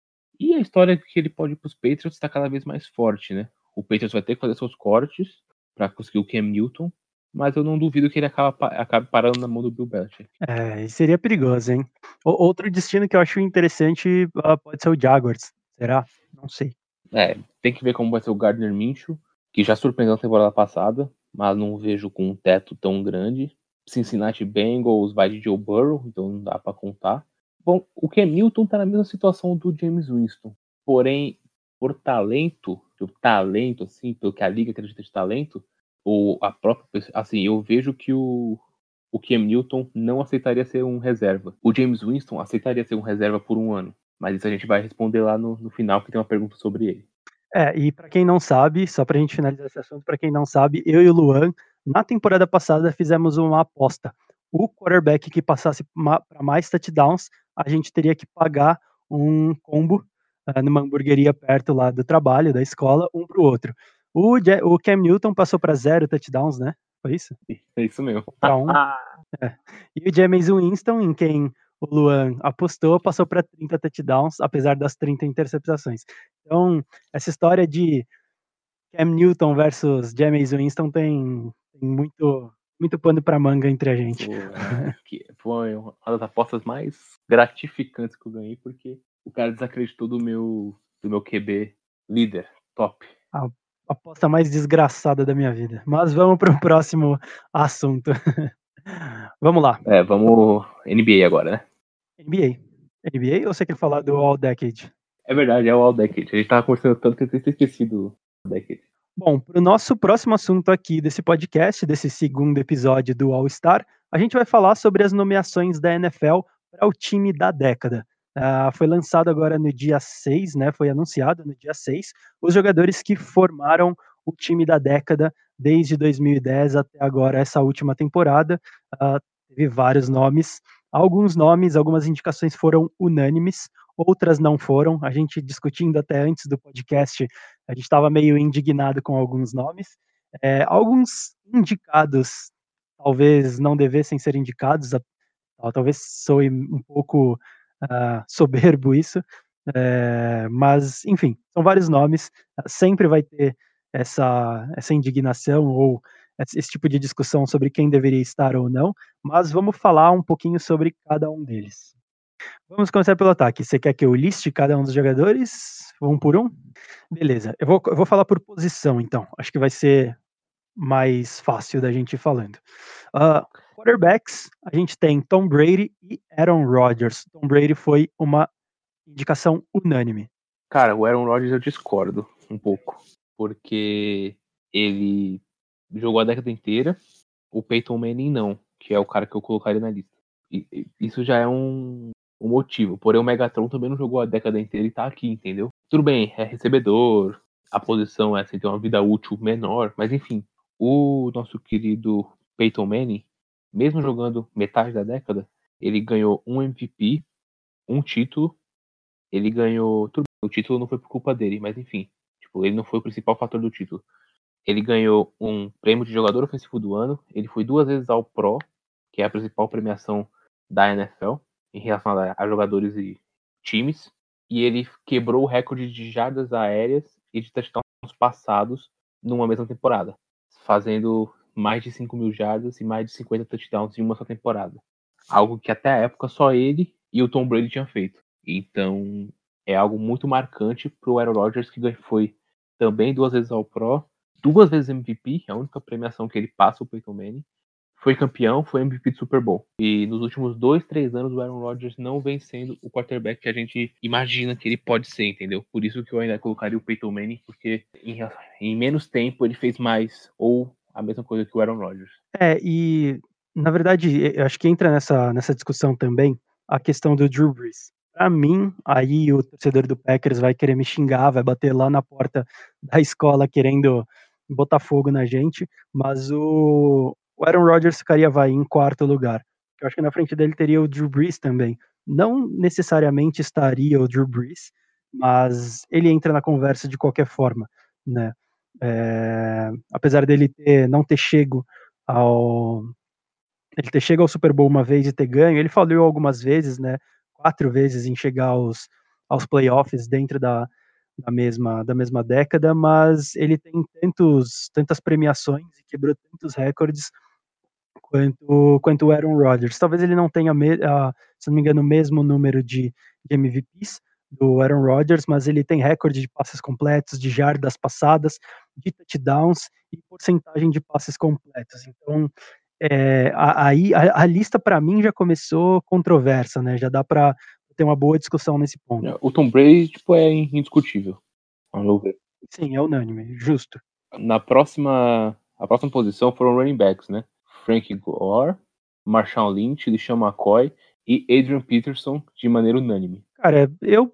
E a história que ele pode ir para os Patriots está cada vez mais forte, né? O Patriots vai ter que fazer seus cortes para conseguir o Cam Newton, mas eu não duvido que ele acaba, acabe parando na mão do Bill Belichick. É, seria perigoso, hein? O, outro destino que eu acho interessante uh, pode ser o Jaguars. Será? Não sei. É, tem que ver como vai ser o Gardner Minshew, que já surpreendeu na temporada passada, mas não vejo com um teto tão grande. Cincinnati Bengals vai de Joe Burrow, então não dá para contar. Bom, o Cam Newton tá na mesma situação do Jameis Winston, porém, por talento, por talento, assim, pelo que a liga acredita de talento, ou a própria, assim, eu vejo que o, o Cam Newton não aceitaria ser um reserva. O Jameis Winston aceitaria ser um reserva por um ano, mas isso a gente vai responder lá no, no final, que tem uma pergunta sobre ele. É, e para quem não sabe, só pra gente finalizar esse assunto, para quem não sabe, eu e o Luan, na temporada passada, fizemos uma aposta. O quarterback que passasse para mais touchdowns, a gente teria que pagar um combo uh, numa hamburgueria perto lá do trabalho, da escola, um pro outro. O, Je o Cam Newton passou para zero touchdowns, né? Foi isso? É isso mesmo. Para um. É. E o Jameis Winston, em quem o Luan apostou, passou para trinta touchdowns, apesar das trinta interceptações. Então, essa história de Cam Newton versus Jameis Winston tem, tem muito, muito pano para manga entre a gente. Pô, é, que foi uma das apostas mais gratificantes que eu ganhei, porque o cara desacreditou do meu, do meu Q B líder, top. A aposta mais desgraçada da minha vida. Mas vamos para o próximo assunto. Vamos lá. É, vamos N B A agora, né? N B A. N B A ou você quer falar do All Decade? É verdade, é o All Decade. A gente tava conversando tanto que eu tinha esquecido o Decade. Bom, para o nosso próximo assunto aqui desse podcast, desse segundo episódio do All Star, a gente vai falar sobre as nomeações da N F L para o time da década. Uh, foi lançado agora no dia seis, né? Foi anunciado no dia seis, os jogadores que formaram o time da década desde dois mil e dez até agora, essa última temporada. Uh, teve vários nomes. Alguns nomes, algumas indicações foram unânimes, outras não foram. A gente discutindo até antes do podcast, a gente estava meio indignado com alguns nomes. É, alguns indicados talvez não devessem ser indicados, talvez soe um pouco uh, soberbo isso, é, mas enfim, são vários nomes, sempre vai ter essa, essa indignação ou esse tipo de discussão sobre quem deveria estar ou não, mas vamos falar um pouquinho sobre cada um deles. Vamos começar pelo ataque. Você quer que eu liste cada um dos jogadores, um por um? Beleza, eu vou, eu vou falar por posição, então. Acho que vai ser mais fácil da gente ir falando. Uh, quarterbacks, a gente tem Tom Brady e Aaron Rodgers. Tom Brady foi uma indicação unânime. Cara, o Aaron Rodgers eu discordo um pouco, porque ele jogou a década inteira, o Peyton Manning não, que é o cara que eu colocaria na lista. E, e, isso já é um, um motivo, porém o Megatron também não jogou a década inteira e tá aqui, entendeu? Tudo bem, é recebedor, a posição é assim, tem uma vida útil menor, mas enfim, o nosso querido Peyton Manning, mesmo jogando metade da década, ele ganhou um M V P, um título, ele ganhou. Tudo bem, o título não foi por culpa dele, mas enfim, tipo, ele não foi o principal fator do título. Ele ganhou um prêmio de jogador ofensivo do ano, ele foi duas vezes ao Pro, que é a principal premiação da N F L, em relação a, a jogadores e times, e ele quebrou o recorde de jardas aéreas e de touchdowns passados numa mesma temporada, fazendo mais de cinco mil jardas e mais de cinquenta touchdowns em uma só temporada. Algo que até a época só ele e o Tom Brady tinham feito. Então é algo muito marcante para o Aaron Rodgers, que foi também duas vezes ao Pro, duas vezes M V P, a única premiação que ele passa o Peyton Manning. Foi campeão, foi M V P do Super Bowl. E nos últimos dois, três anos, o Aaron Rodgers não vem sendo o quarterback que a gente imagina que ele pode ser, entendeu? Por isso que eu ainda colocaria o Peyton Manning, porque em, em menos tempo ele fez mais, ou a mesma coisa que o Aaron Rodgers. É, e na verdade, eu acho que entra nessa, nessa discussão também a questão do Drew Brees. Pra mim, aí o torcedor do Packers vai querer me xingar, vai bater lá na porta da escola querendo botar fogo na gente, mas o, o Aaron Rodgers ficaria, vai, em quarto lugar. Eu acho que na frente dele teria o Drew Brees também. Não necessariamente estaria o Drew Brees, mas ele entra na conversa de qualquer forma, né? É, apesar dele ter, não ter chego ao ele ter chego ao Super Bowl uma vez e ter ganho, ele falhou algumas vezes, né, quatro vezes em chegar aos aos playoffs dentro da da mesma da mesma década, mas ele tem tantos tantas premiações e quebrou tantos recordes quanto quanto o Aaron Rodgers. Talvez ele não tenha, me ah, se não me engano, o mesmo número de de M V Ps do Aaron Rodgers, mas ele tem recorde de passes completos, de jardas passadas, de touchdowns e porcentagem de passes completos. Então, é, aí a, a lista para mim já começou controversa, né? Já dá para ter uma boa discussão nesse ponto. O Tom Brady, tipo, é indiscutível, ao meu ver. Sim, é unânime, justo. Na próxima, a próxima posição foram running backs, né? Frank Gore, Marshawn Lynch, LeSean McCoy e Adrian Peterson de maneira unânime. Cara, eu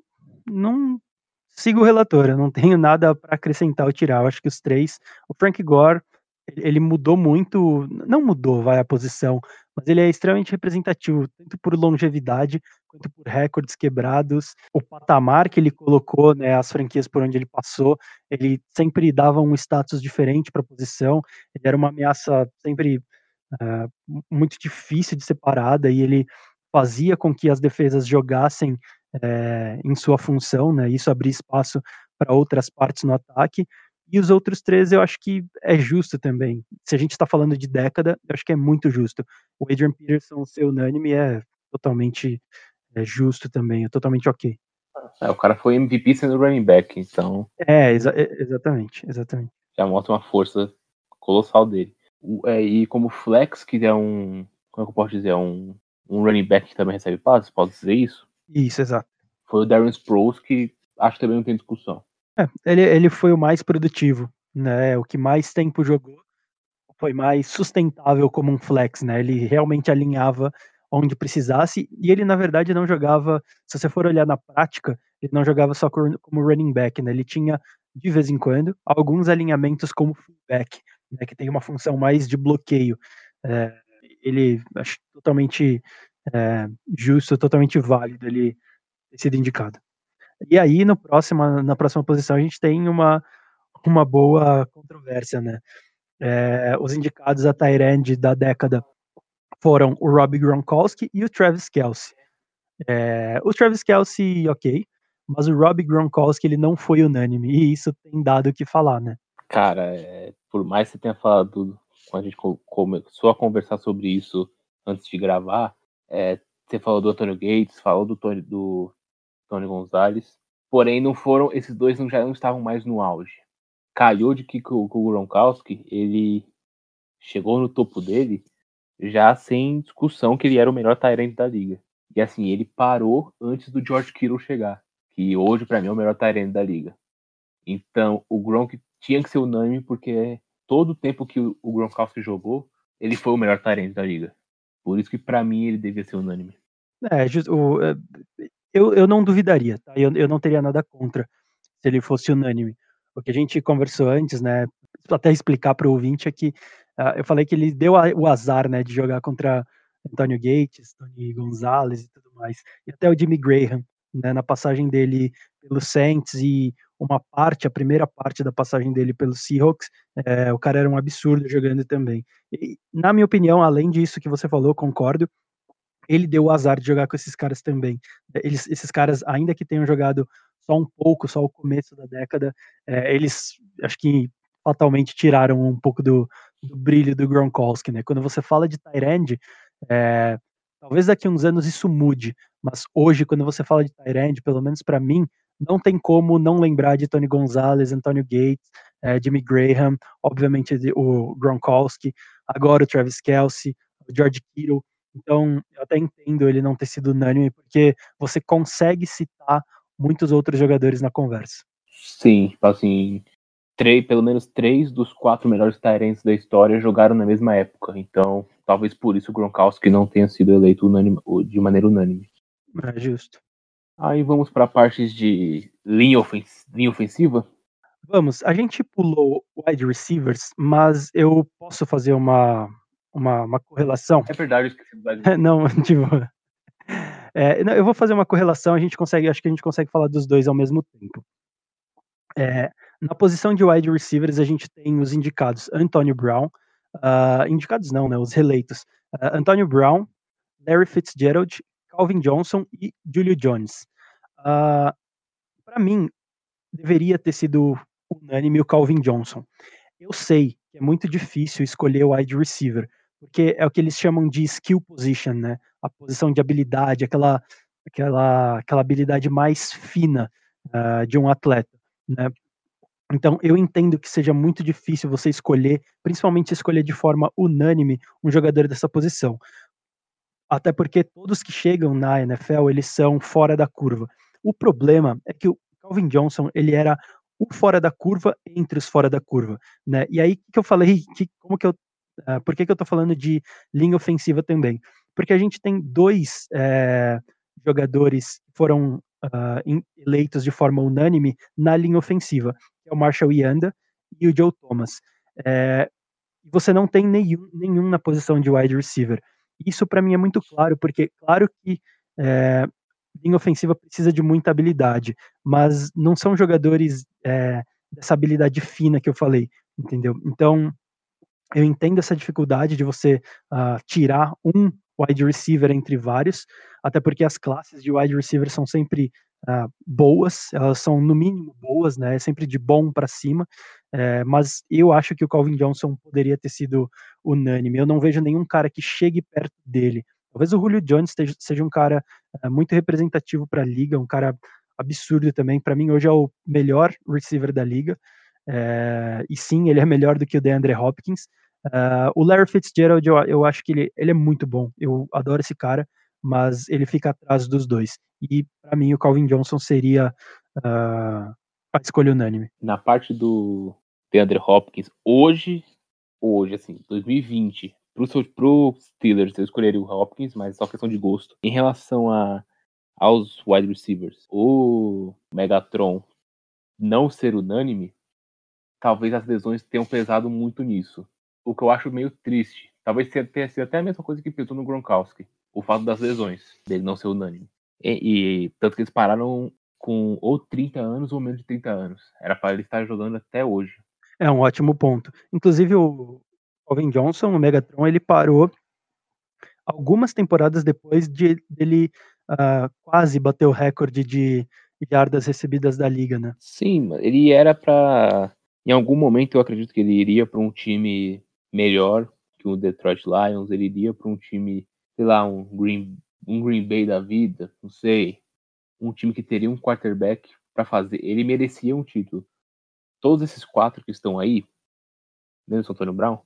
não sigo o relator, eu não tenho nada para acrescentar ou tirar. Eu acho que os três, o Frank Gore, ele mudou muito, não mudou, vai, a posição, mas ele é extremamente representativo, tanto por longevidade, quanto por recordes quebrados, o patamar que ele colocou, né, as franquias por onde ele passou, ele sempre dava um status diferente para a posição, ele era uma ameaça sempre uh, muito difícil de ser parada, e ele fazia com que as defesas jogassem é, em sua função, né? Isso abria espaço para outras partes no ataque. E os outros três eu acho que é justo também. Se a gente está falando de década, eu acho que é muito justo. O Adrian Peterson ser unânime é totalmente é, justo também, é totalmente ok. É, o cara foi M V P sendo running back, então. É, exa exatamente, exatamente. Já mostra uma força colossal dele. O, é, e como flex, que é um. Como é que eu posso dizer? Um, um running back que também recebe passes, pode dizer isso? Isso, exato. Foi o Darren Sproles, que acho que também não tem discussão. É, ele, ele foi o mais produtivo, né? O que mais tempo jogou, foi mais sustentável como um flex, né? Ele realmente alinhava onde precisasse e ele, na verdade, não jogava. Se você for olhar na prática, ele não jogava só como running back, né? Ele tinha, de vez em quando, alguns alinhamentos como fullback, né? Que tem uma função mais de bloqueio. É, ele, acho totalmente é, justo, totalmente válido ele ter sido indicado. E aí, no próximo, na próxima posição, a gente tem uma, uma boa controvérsia, né? É, os indicados a tight end da década foram o Rob Gronkowski e o Travis Kelce. É, o Travis Kelce, ok, mas o Rob Gronkowski ele não foi unânime, e isso tem dado o que falar, né? Cara, é, por mais que você tenha falado, quando a gente começou a conversar sobre isso antes de gravar, é, Você falou do Antonio Gates, falou do Tony, do Tony Gonzalez. Porém, não foram, esses dois não, já não estavam mais no auge. Calhou de que o, o Gronkowski, ele chegou no topo dele já sem discussão que ele era o melhor tight end da liga. E assim, ele parou antes do George Kittle chegar, que hoje para mim é o melhor tight end da liga. Então, o Gronk tinha que ser unânime porque todo o tempo que o Gronkowski jogou, ele foi o melhor tight end da liga. Por isso que para mim ele devia ser unânime. É, o, eu, eu não duvidaria, tá? Eu, eu não teria nada contra se ele fosse unânime. O que a gente conversou antes, né? Até explicar para o ouvinte é que uh, eu falei que ele deu a, o azar, né, de jogar contra Antonio Gates, Tony Gonzalez e tudo mais, e até o Jimmy Graham, né, na passagem dele pelo Saints e uma parte, a primeira parte da passagem dele pelo Seahawks, é, o cara era um absurdo jogando também. E, na minha opinião, além disso que você falou, concordo, ele deu o azar de jogar com esses caras também. Eles, esses caras, ainda que tenham jogado só um pouco, só o começo da década, é, eles acho que fatalmente tiraram um pouco do, do brilho do Gronkowski, né? Quando você fala de tight end, é, talvez daqui a uns anos isso mude, mas hoje, quando você fala de tight end, pelo menos para mim, não tem como não lembrar de Tony Gonzalez, Antonio Gates, é, Jimmy Graham, obviamente o Gronkowski, agora o Travis Kelce, o George Kittle. Então, eu até entendo ele não ter sido unânime, porque você consegue citar muitos outros jogadores na conversa. Sim, tipo assim, três, pelo menos três dos quatro melhores tight ends da história jogaram na mesma época. Então, talvez por isso o Gronkowski não tenha sido eleito unânime, de maneira unânime. É justo. Aí vamos para partes de linha, ofens linha ofensiva. Vamos, a gente pulou wide receivers, mas eu posso fazer uma, uma, uma correlação? É verdade, eu esqueci do wide receiver. Não, tipo... É, não, eu vou fazer uma correlação, a gente consegue, acho que a gente consegue falar dos dois ao mesmo tempo. É, na posição de wide receivers, a gente tem os indicados Antonio Brown, uh, indicados não, né, os releitos, uh, Antonio Brown, Larry Fitzgerald, Calvin Johnson e Julio Jones. Uh, Para mim, deveria ter sido unânime o Calvin Johnson. Eu sei que é muito difícil escolher o wide receiver, porque é o que eles chamam de skill position, né? A posição de habilidade, aquela, aquela, aquela habilidade mais fina uh, de um atleta, né? Então, eu entendo que seja muito difícil você escolher, principalmente escolher de forma unânime, um jogador dessa posição. Até porque todos que chegam na N F L, eles são fora da curva. O problema é que o Calvin Johnson, ele era o fora da curva entre os fora da curva, né? E aí que eu falei que como que eu uh, por que que eu tô falando de linha ofensiva também? Porque a gente tem dois é, jogadores que foram uh, eleitos de forma unânime na linha ofensiva, que é o Marshall Yanda e o Joe Thomas. É, você não tem nenhum, nenhum na posição de wide receiver. Isso para mim é muito claro, porque claro que é, linha ofensiva precisa de muita habilidade, mas não são jogadores é, dessa habilidade fina que eu falei, entendeu? Então, eu entendo essa dificuldade de você uh, tirar um wide receiver entre vários, até porque as classes de wide receiver são sempre uh, boas, elas são no mínimo boas, né? É sempre de bom para cima. É, mas eu acho que o Calvin Johnson poderia ter sido unânime. Eu não vejo nenhum cara que chegue perto dele. Talvez o Julio Jones seja um cara uh, muito representativo para a liga, um cara absurdo também. Para mim, hoje é o melhor receiver da liga. É, e sim, ele é melhor do que o DeAndre Hopkins. Uh, o Larry Fitzgerald, eu, eu acho que ele, ele é muito bom. Eu adoro esse cara, mas ele fica atrás dos dois. E para mim, o Calvin Johnson seria uh, a escolha unânime. Na parte do DeAndre Hopkins, hoje, hoje, assim, dois mil e vinte, pro, seu, pro Steelers eu escolheria o Hopkins, mas é só questão de gosto. Em relação a, aos wide receivers, o Megatron não ser unânime, talvez as lesões tenham pesado muito nisso. O que eu acho meio triste. Talvez tenha sido até a mesma coisa que pesou no Gronkowski. O fato das lesões, dele não ser unânime. E, e tanto que eles pararam com ou trinta anos ou menos de trinta anos. Era para ele estar jogando até hoje. É um ótimo ponto. Inclusive o Calvin Johnson, o Megatron, ele parou algumas temporadas depois de dele uh, quase bater o recorde de yardas recebidas da liga, né? Sim, ele era para... Em algum momento eu acredito que ele iria para um time melhor que o Detroit Lions. Ele iria para um time, sei lá, um Green, um Green Bay da vida, não sei, um time que teria um quarterback para fazer, ele merecia um título. Todos esses quatro que estão aí, menos o Antônio Brown,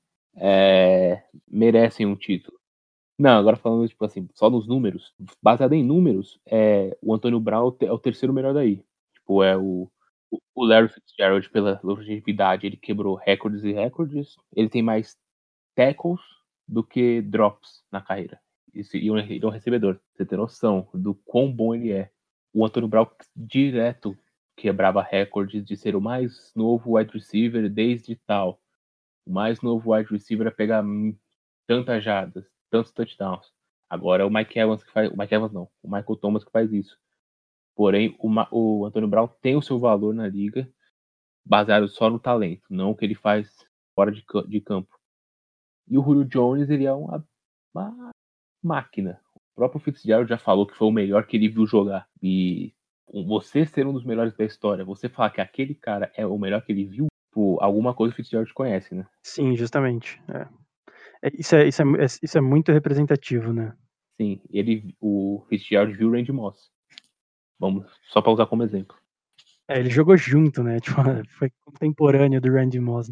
é, merecem um título. Não, agora falando, tipo assim, só nos números, baseado em números, é, o Antônio Brown é o terceiro melhor daí. Tipo, é o, o Larry Fitzgerald, pela longevidade, ele quebrou recordes e recordes. Ele tem mais tackles do que drops na carreira. Isso, e ele é um recebedor. Você tem noção do quão bom ele é. O Antônio Brown direto quebrava recordes de ser o mais novo wide receiver desde tal. O mais novo wide receiver a pegar tantas jardas, tantos touchdowns. Agora é o Mike Evans que faz. O Mike Evans não, o Michael Thomas que faz isso. Porém, o, o Antônio Brown tem o seu valor na liga baseado só no talento, não o que ele faz fora de, de campo. E o Julio Jones, ele é uma, uma máquina. O próprio Fitzgerald já falou que foi o melhor que ele viu jogar. E você ser um dos melhores da história, você falar que aquele cara é o melhor que ele viu, pô, alguma coisa o Fitzgerald conhece, né? Sim, justamente. É. É, isso, é, isso, é, isso é muito representativo, né? Sim, ele, o Fitzgerald viu o Randy Moss. Vamos, só para usar como exemplo. É, ele jogou junto, né? Tipo, foi contemporâneo do Randy Moss.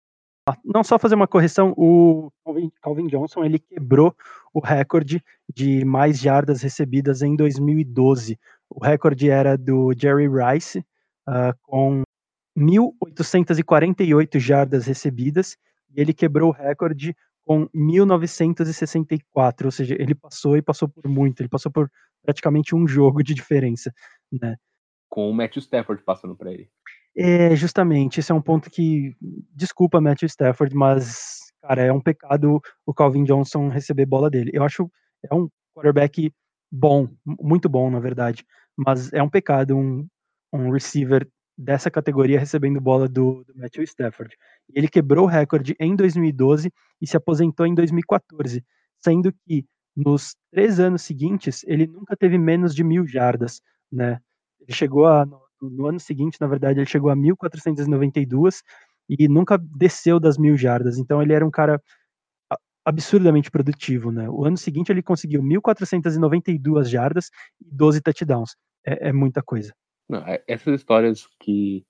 Não só fazer uma correção, o Calvin Johnson ele quebrou o recorde de mais jardas recebidas em dois mil e doze. O recorde era do Jerry Rice, uh, com mil oitocentas e quarenta e oito jardas recebidas, e ele quebrou o recorde com mil novecentas e sessenta e quatro, ou seja, ele passou e passou por muito, ele passou por praticamente um jogo de diferença, né? Com o Matthew Stafford passando para ele. É, justamente, esse é um ponto que, desculpa Matthew Stafford, mas, cara, é um pecado o Calvin Johnson receber bola dele. Eu acho é um quarterback bom, muito bom, na verdade, mas é um pecado um, um receiver dessa categoria recebendo bola do, do Matthew Stafford. Ele quebrou o recorde em dois mil e doze e se aposentou em dois mil e quatorze, sendo que nos três anos seguintes ele nunca teve menos de mil jardas, né? Ele chegou a no ano seguinte, na verdade, ele chegou a mil quatrocentas e noventa e duas e nunca desceu das mil jardas. Então ele era um cara absurdamente produtivo, né? O ano seguinte ele conseguiu mil quatrocentas e noventa e duas jardas e doze touchdowns. É, é muita coisa. Não, essas histórias que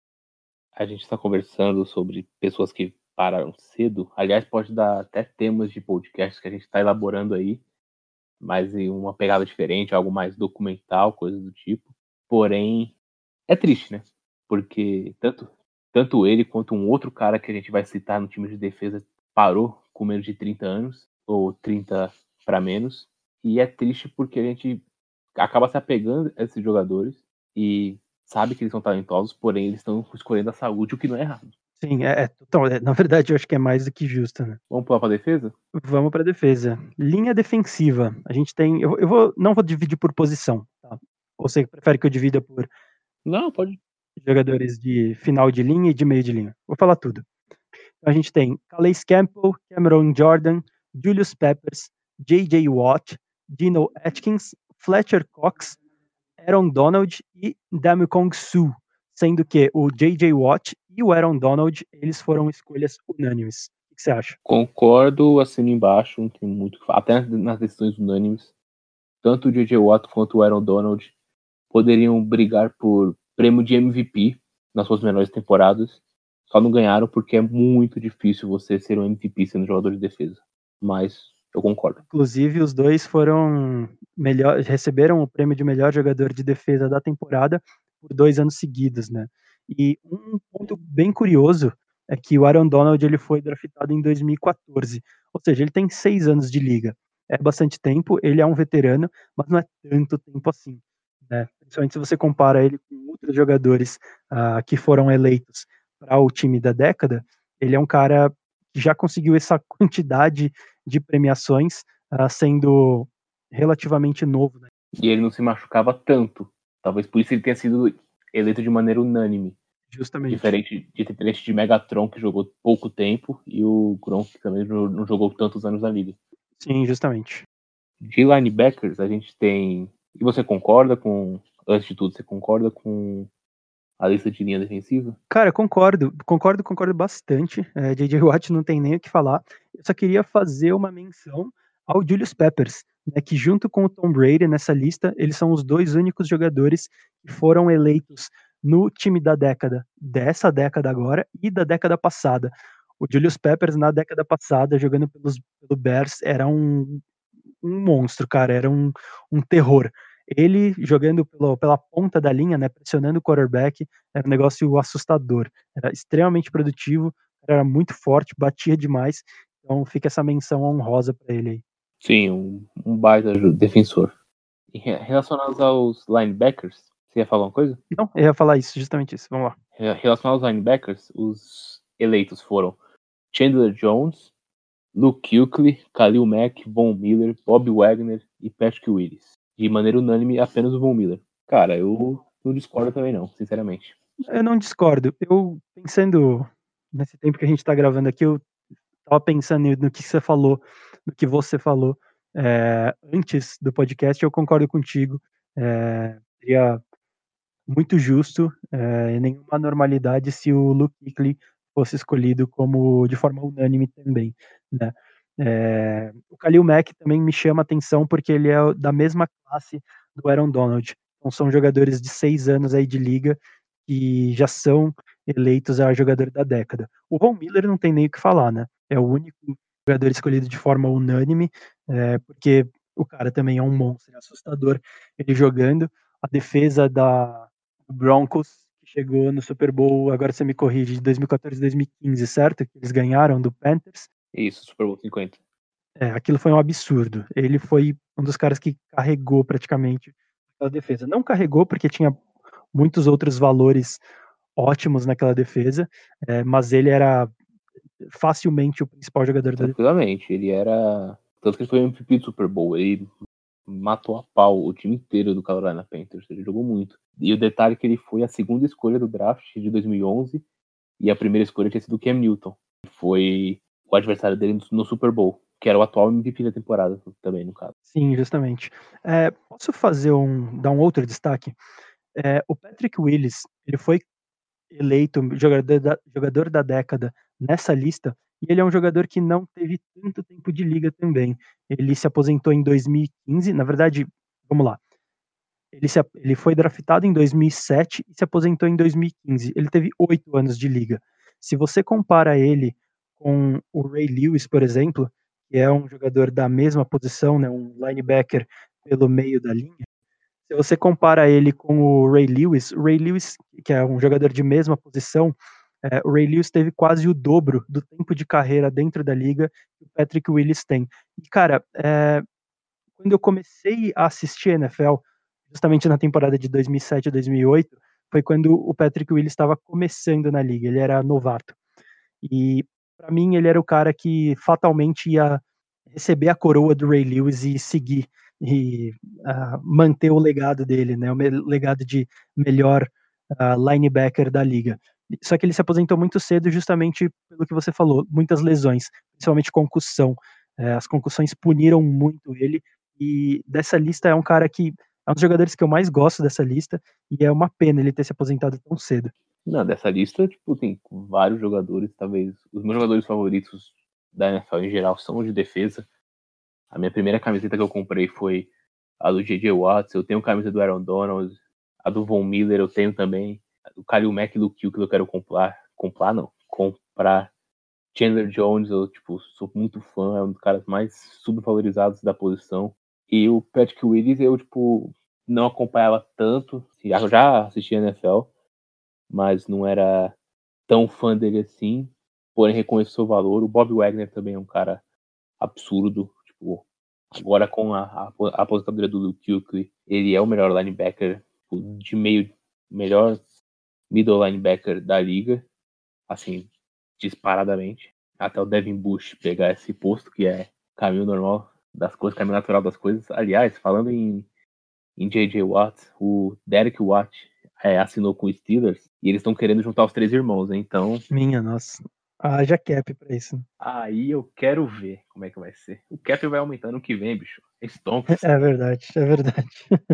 a gente está conversando sobre pessoas que pararam cedo, aliás, pode dar até temas de podcast que a gente está elaborando aí, mas em uma pegada diferente, algo mais documental, coisa do tipo. Porém, é triste, né? Porque tanto, tanto ele quanto um outro cara que a gente vai citar no time de defesa parou com menos de trinta anos, ou trinta para menos. E é triste porque a gente acaba se apegando a esses jogadores e sabe que eles são talentosos, porém eles estão escolhendo a saúde, o que não é errado. Sim, é, é, então, é, na verdade eu acho que é mais do que justo, né? Vamos pular para defesa? Vamos para defesa. Linha defensiva. A gente tem, eu, eu vou, não vou dividir por posição, tá? Ou você prefere que eu divida por Não, pode. jogadores de final de linha e de meio de linha? Vou falar tudo. Então a gente tem Calais Campbell, Cameron Jordan, Julius Peppers, J J Watt, Dino Atkins, Fletcher Cox, Aaron Donald e Damukong Suh, sendo que o J J Watt e o Aaron Donald, eles foram escolhas unânimes. O que você acha? Concordo, assino embaixo, não tem muito o que falar. Até nas decisões unânimes, tanto o J J Watt quanto o Aaron Donald poderiam brigar por prêmio de M V P nas suas melhores temporadas. Só não ganharam porque é muito difícil você ser um M V P sendo jogador de defesa. Mas eu concordo. Inclusive, os dois foram melhor, receberam o prêmio de melhor jogador de defesa da temporada por dois anos seguidos, né? E um ponto bem curioso é que o Aaron Donald ele foi draftado em dois mil e quatorze, ou seja, ele tem seis anos de liga. É bastante tempo, ele é um veterano, mas não é tanto tempo assim, né? Principalmente se você compara ele com outros jogadores uh, que foram eleitos para o time da década, ele é um cara que já conseguiu essa quantidade de premiações, uh, sendo relativamente novo. Né? E ele não se machucava tanto. Talvez por isso ele tenha sido eleito de maneira unânime. Justamente. Diferente de, diferente de Megatron, que jogou pouco tempo, e o Gronk, que também não jogou tantos anos na liga. Sim, justamente. De linebackers, a gente tem... E você concorda com... Antes de tudo, você concorda com a lista de linha defensiva? Cara, concordo, concordo, concordo bastante. É, J J Watt não tem nem o que falar. Eu só queria fazer uma menção ao Julius Peppers, né, que junto com o Tom Brady nessa lista, eles são os dois únicos jogadores que foram eleitos no time da década, dessa década agora e da década passada. O Julius Peppers na década passada, jogando pelos, pelo Bears, era um, um monstro, cara, era um, um terror. Ele jogando pelo, pela ponta da linha, né, pressionando o quarterback, era um negócio assustador. Era extremamente produtivo, era muito forte, batia demais. Então fica essa menção honrosa para ele aí. Sim, um, um baita ju- defensor. E re- relacionados aos linebackers, você ia falar uma coisa? Não, eu ia falar isso, justamente isso. Vamos lá. Re- Relacionados aos linebackers, os eleitos foram Chandler Jones, Luke Kuechly, Khalil Mack, Von Miller, Bob Wagner e Patrick Willis. De maneira unânime, apenas o Von Miller. Cara, eu não discordo também não, sinceramente. Eu não discordo. Eu, pensando nesse tempo que a gente tá gravando aqui, eu tava pensando no que você falou, no que você falou é, antes do podcast, eu concordo contigo. É, seria muito justo, é, nenhuma normalidade se o Luke Kuechly fosse escolhido como de forma unânime também, né? É, o Khalil Mack também me chama a atenção porque ele é da mesma classe do Aaron Donald. Então são jogadores de seis anos aí de liga que já são eleitos a jogador da década. O Von Miller não tem nem o que falar, né? É o único jogador escolhido de forma unânime, é, porque o cara também é um monstro, é assustador ele jogando. A defesa da Broncos, que chegou no Super Bowl, agora você me corrige, de dois mil e quatorze e dois mil e quinze, certo? Que eles ganharam do Panthers. Isso, Super Bowl cinquenta. É, aquilo foi um absurdo. Ele foi um dos caras que carregou praticamente a defesa. Não carregou porque tinha muitos outros valores ótimos naquela defesa, é, mas ele era facilmente o principal jogador da defesa. Tranquilamente, ele era... Tanto que ele foi M V P do Super Bowl, ele matou a pau o time inteiro do Carolina Panthers, ele jogou muito. E o detalhe é que ele foi a segunda escolha do draft de dois mil e onze e a primeira escolha tinha sido o Cam Newton, que foi o adversário dele no Super Bowl, que era o atual M V P da temporada também, no caso. Sim, justamente. É, posso fazer um, dar um outro destaque? É, o Patrick Willis, ele foi eleito jogador da, jogador da década nessa lista, e ele é um jogador que não teve tanto tempo de liga também. Ele se aposentou em dois mil e quinze, na verdade, vamos lá. Ele, se, ele foi draftado em dois mil e sete e se aposentou em dois mil e quinze. Ele teve oito anos de liga. Se você compara ele com o Ray Lewis, por exemplo, que é um jogador da mesma posição, né, um linebacker pelo meio da linha, se você compara ele com o Ray Lewis, o Ray Lewis, que é um jogador de mesma posição, é, o Ray Lewis teve quase o dobro do tempo de carreira dentro da liga que o Patrick Willis tem. E, cara, é, quando eu comecei a assistir a N F L, justamente na temporada de dois mil e sete a dois mil e oito, foi quando o Patrick Willis estava começando na liga, ele era novato. E, para mim, ele era o cara que fatalmente ia receber a coroa do Ray Lewis e seguir e uh, manter o legado dele, né? O legado de melhor uh, linebacker da liga. Só que ele se aposentou muito cedo, justamente pelo que você falou, muitas lesões, principalmente concussão. Uh, as concussões puniram muito ele. E dessa lista é um cara que é um dos jogadores que eu mais gosto dessa lista. E é uma pena ele ter se aposentado tão cedo. Não, dessa lista, tipo, tem vários jogadores, talvez os meus jogadores favoritos da N F L em geral são os de defesa. A minha primeira camiseta que eu comprei foi a do J J Watts, eu tenho a camisa do Aaron Donald, a do Von Miller eu tenho também, o Khalil Mack e o Luke Kuechly que eu quero comprar, comprar não, comprar. Chandler Jones, eu tipo, sou muito fã, é um dos caras mais subvalorizados da posição. E o Patrick Willis, eu tipo, não acompanhava tanto, eu já assistia N F L, mas não era tão fã dele assim, porém reconheço seu valor. O Bob Wagner também é um cara absurdo, tipo, agora com a, a, a aposentadoria do Luke Kuechly, ele é o melhor linebacker tipo, de meio, melhor middle linebacker da liga, assim, disparadamente. Até o Devin Bush pegar esse posto, que é caminho normal das coisas, caminho natural das coisas. Aliás, falando em, em J J Watt, o Derek Watt é, assinou com o Steelers e eles estão querendo juntar os três irmãos, né? Então. Minha nossa. Haja cap pra isso. Aí eu quero ver como é que vai ser. O cap vai aumentando no que vem, bicho. É Stonks. É verdade, é verdade.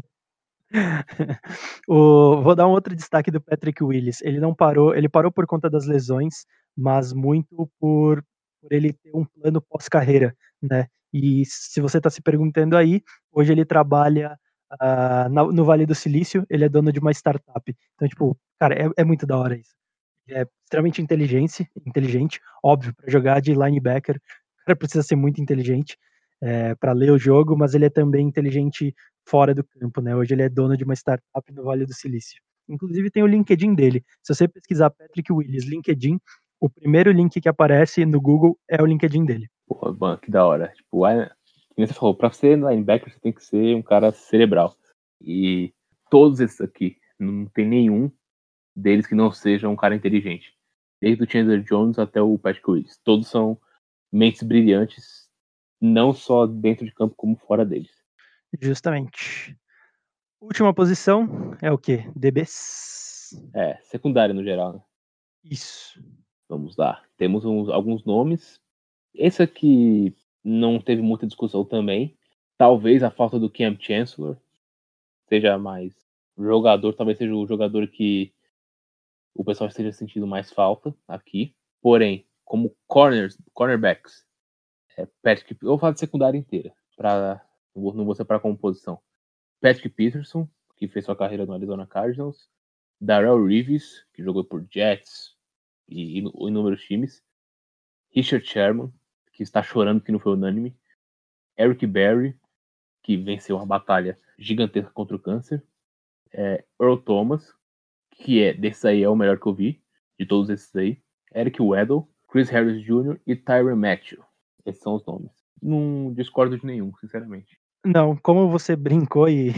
o, vou dar um outro destaque do Patrick Willis. Ele não parou, ele parou por conta das lesões, mas muito por, por ele ter um plano pós-carreira, né? E se você está se perguntando aí, hoje ele trabalha uh, na, no Vale do Silício, ele é dono de uma startup. Então, tipo, cara, é, é muito da hora isso. É extremamente inteligente, inteligente, óbvio, para jogar de linebacker, o cara precisa ser muito inteligente é, para ler o jogo, mas ele é também inteligente fora do campo, né? Hoje ele é dono de uma startup no Vale do Silício. Inclusive tem o LinkedIn dele. Se você pesquisar Patrick Willis LinkedIn, o primeiro link que aparece no Google é o LinkedIn dele. Porra, mano, que da hora. Tipo, como você falou, pra ser linebacker você tem que ser um cara cerebral. E todos esses aqui, não tem nenhum deles que não seja um cara inteligente. Desde o Chandler Jones até o Patrick Willis. Todos são mentes brilhantes, não só dentro de campo, como fora deles. Justamente. Última posição é o quê? D Bs? É, secundária no geral, né? Isso. Vamos lá. Temos uns, alguns nomes. Esse aqui não teve muita discussão também. Talvez a falta do Cam Chancellor seja mais jogador, talvez seja o jogador que o pessoal esteja sentindo mais falta aqui. Porém, como corners, cornerbacks, é Patrick, eu vou falar de secundária inteira, pra, não vou separar como posição. Patrick Peterson, que fez sua carreira no Arizona Cardinals, Darrell Reeves, que jogou por Jets e, e inúmeros times, Richard Sherman, que está chorando que não foi unânime, Eric Berry, que venceu uma batalha gigantesca contra o câncer, é, Earl Thomas, que é desses aí é o melhor que eu vi, de todos esses aí, Eric Weddle, Chris Harris Júnior e Tyrann Mathieu. Esses são os nomes. Não discordo de nenhum, sinceramente. Não, como você brincou e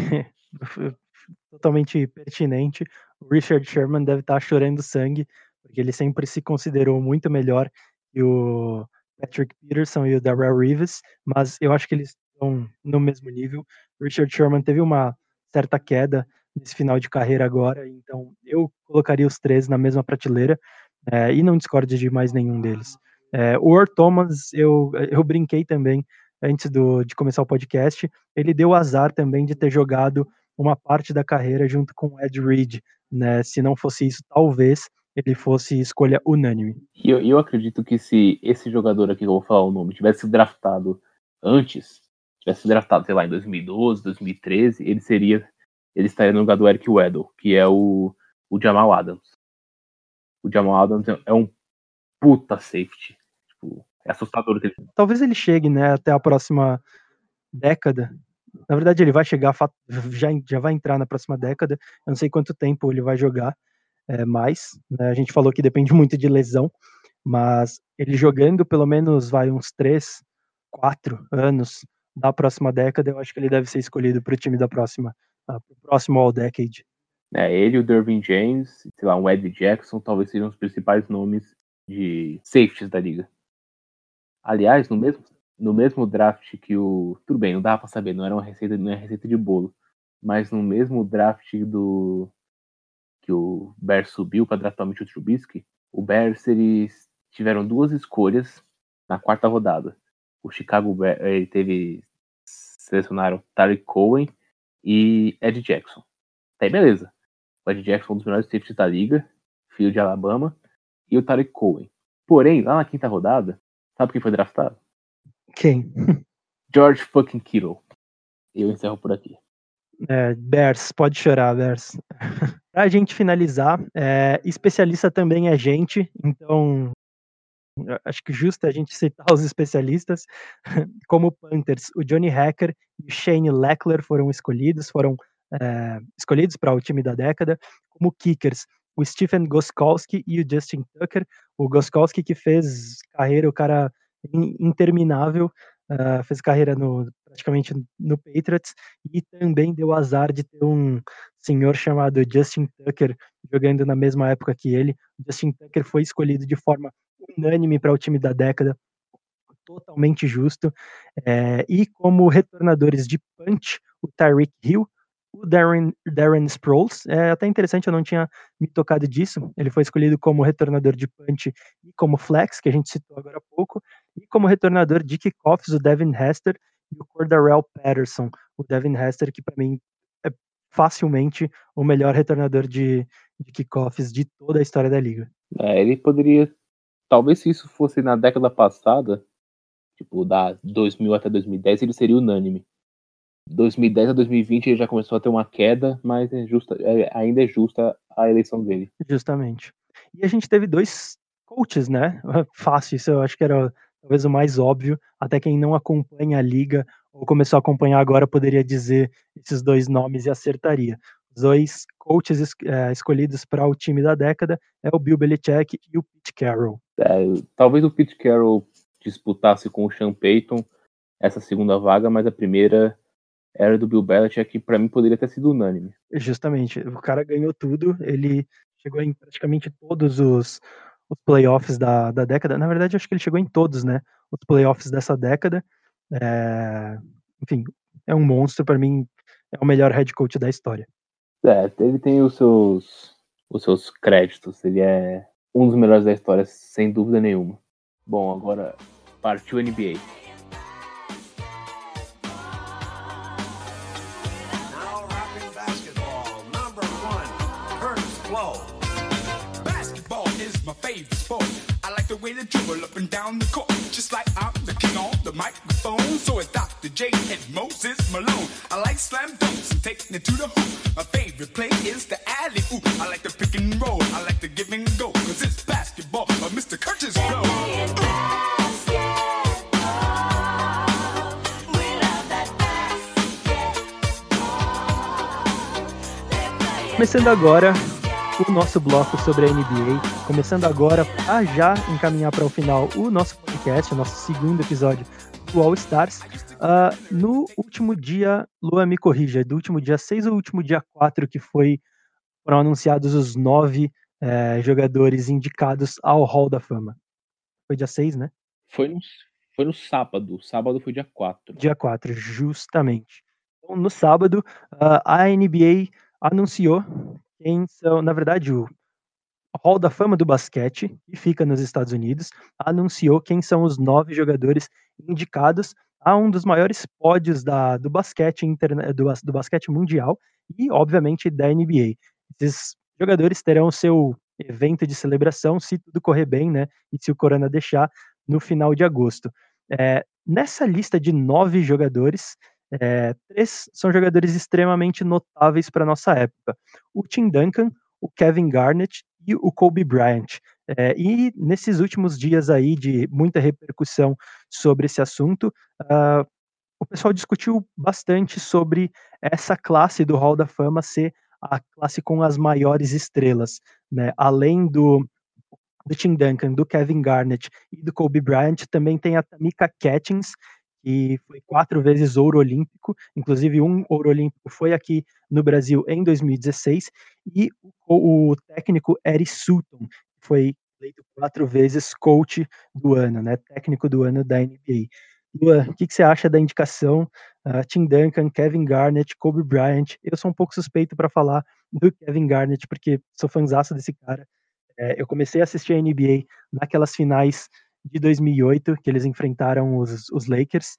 totalmente pertinente, o Richard Sherman deve estar chorando sangue, porque ele sempre se considerou muito melhor que o Patrick Peterson e o Darrell Reeves, mas eu acho que eles estão no mesmo nível. O Richard Sherman teve uma certa queda nesse final de carreira agora, então eu colocaria os três na mesma prateleira é, e não discordo de mais nenhum deles. É, o Earl Thomas, eu, eu brinquei também antes do, de começar o podcast, ele deu azar também de ter jogado uma parte da carreira junto com o Ed Reed, né? Se não fosse isso, talvez ele fosse escolha unânime. E eu, eu acredito que se esse jogador aqui que eu vou falar o nome tivesse draftado antes, tivesse draftado, sei lá, em dois mil e doze, dois mil e treze, ele seria, ele estaria no lugar do Eric Weddle, que é o, o Jamal Adams. O Jamal Adams é um puta safety. Tipo, é assustador. Que ele... Talvez ele chegue, né, até a próxima década. Na verdade, ele vai chegar, já, já vai entrar na próxima década. Eu não sei quanto tempo ele vai jogar é, mais. Né? A gente falou que depende muito de lesão, mas ele jogando pelo menos vai uns três, quatro anos da próxima década, eu acho que ele deve ser escolhido para o time da próxima, uh, pro próximo All Decade. É, ele, o Dervin James, sei lá, um Ed Jackson, talvez sejam os principais nomes de safeties da liga. Aliás, no mesmo, no mesmo draft que o... Tudo bem, não dava pra saber, não era uma receita, não é receita de bolo. Mas no mesmo draft do... que o Bears subiu para draftar o Mitchell Trubisky, o Bears, eles tiveram duas escolhas na quarta rodada. O Chicago Bears, ele teve... selecionaram Tariq Cohen e Ed Jackson. Tá aí, beleza. O Ed Jackson, um dos melhores safeties da liga, filho de Alabama, e o Tariq Cohen. Porém, lá na quinta rodada, sabe quem foi draftado? Quem? George fucking Kittle. Eu encerro por aqui. É, Bears, pode chorar, Bears. Pra gente finalizar, é, especialista também é gente, então acho que justo a gente citar os especialistas. Como Panthers, o Johnny Hacker e o Shane Lechler foram escolhidos, foram é, escolhidos para o time da década. Como Kickers, o Stephen Gostkowski e o Justin Tucker. O Gostkowski que fez carreira, o cara interminável, uh, fez carreira no, praticamente no Patriots e também deu azar de ter um senhor chamado Justin Tucker jogando na mesma época que ele. O Justin Tucker foi escolhido de forma unânime para o time da década, totalmente justo. É, e como retornadores de punch, o Tyreek Hill, o Darren, Darren Sproles, é até interessante, eu não tinha me tocado disso, ele foi escolhido como retornador de punch e como flex, que a gente citou agora há pouco, e como retornador de kickoffs, o Devin Hester e o Cordarrelle Patterson, o Devin Hester, que para mim é facilmente o melhor retornador de, de kickoffs de toda a história da liga. É, ele poderia, talvez se isso fosse na década passada, Tipo, da dois mil até dois mil e dez ele seria unânime. dois mil e dez a dois mil e vinte ele já começou a ter uma queda, mas é justa, é, ainda é justa a eleição dele. Justamente. E a gente teve dois coaches, né? Fácil, isso eu acho que era talvez o mais óbvio. Até quem não acompanha a liga ou começou a acompanhar agora poderia dizer esses dois nomes e acertaria. Os dois coaches es- é, escolhidos para o time da década é o Bill Belichick e o Pete Carroll. É, talvez o Pete Carroll disputasse com o Sean Payton essa segunda vaga, mas a primeira era do Bill Belichick, que para mim poderia ter sido unânime. Justamente, o cara ganhou tudo, ele chegou em praticamente todos os, os playoffs da, da década. Na verdade, acho que ele chegou em todos, né? Os playoffs dessa década. É, enfim, é um monstro, para mim, é o melhor head coach da história. É, ele tem os seus, os seus créditos, ele é um dos melhores da história, sem dúvida nenhuma. Bom, agora partiu N B A. The way to dribble up and down the court, just like I'm the king on the microphone. So it's Doctor J and Moses Malone. I like slam dunks and taking it to the hoop. My favorite play is the alley oop. I like the pick and roll, I like the give and go, cause it's basketball of Mister Curtis Blow. Começando agora o nosso bloco sobre a N B A, começando agora a já encaminhar para o final o nosso podcast, o nosso segundo episódio do All Stars. Uh, no último dia, Lua me corrija, do último dia seis ou último dia quatro que foi, foram anunciados os nove eh, jogadores indicados ao Hall da Fama. Foi dia seis, né? Foi no, foi no sábado, sábado foi dia quatro. Dia quatro, justamente. Então, no sábado, uh, a N B A anunciou quem são, na verdade, o Hall da Fama do basquete, que fica nos Estados Unidos, anunciou quem são os nove jogadores indicados a um dos maiores pódios da, do, basquete interna, do, do basquete mundial e, obviamente, da N B A. Esses jogadores terão seu evento de celebração, se tudo correr bem, né? E se o Corona deixar, no final de agosto. É, nessa lista de nove jogadores, é, três são jogadores extremamente notáveis para nossa época. O Tim Duncan, o Kevin Garnett e o Kobe Bryant. É, e nesses últimos dias aí de muita repercussão sobre esse assunto, uh, o pessoal discutiu bastante sobre essa classe do Hall da Fama ser a classe com as maiores estrelas, né? Além do, do Tim Duncan, do Kevin Garnett e do Kobe Bryant, também tem a Tamika Catchings, que foi quatro vezes ouro olímpico, inclusive um ouro olímpico foi aqui no Brasil em dois mil e dezesseis, e o, o técnico Eric Sutton, que foi eleito quatro vezes coach do ano, né, técnico do ano da N B A. Luan, o que, que você acha da indicação uh, Tim Duncan, Kevin Garnett, Kobe Bryant? Eu sou um pouco suspeito para falar do Kevin Garnett, porque sou fãzaço desse cara. É, eu comecei a assistir a N B A naquelas finais de dois mil e oito, que eles enfrentaram os, os Lakers.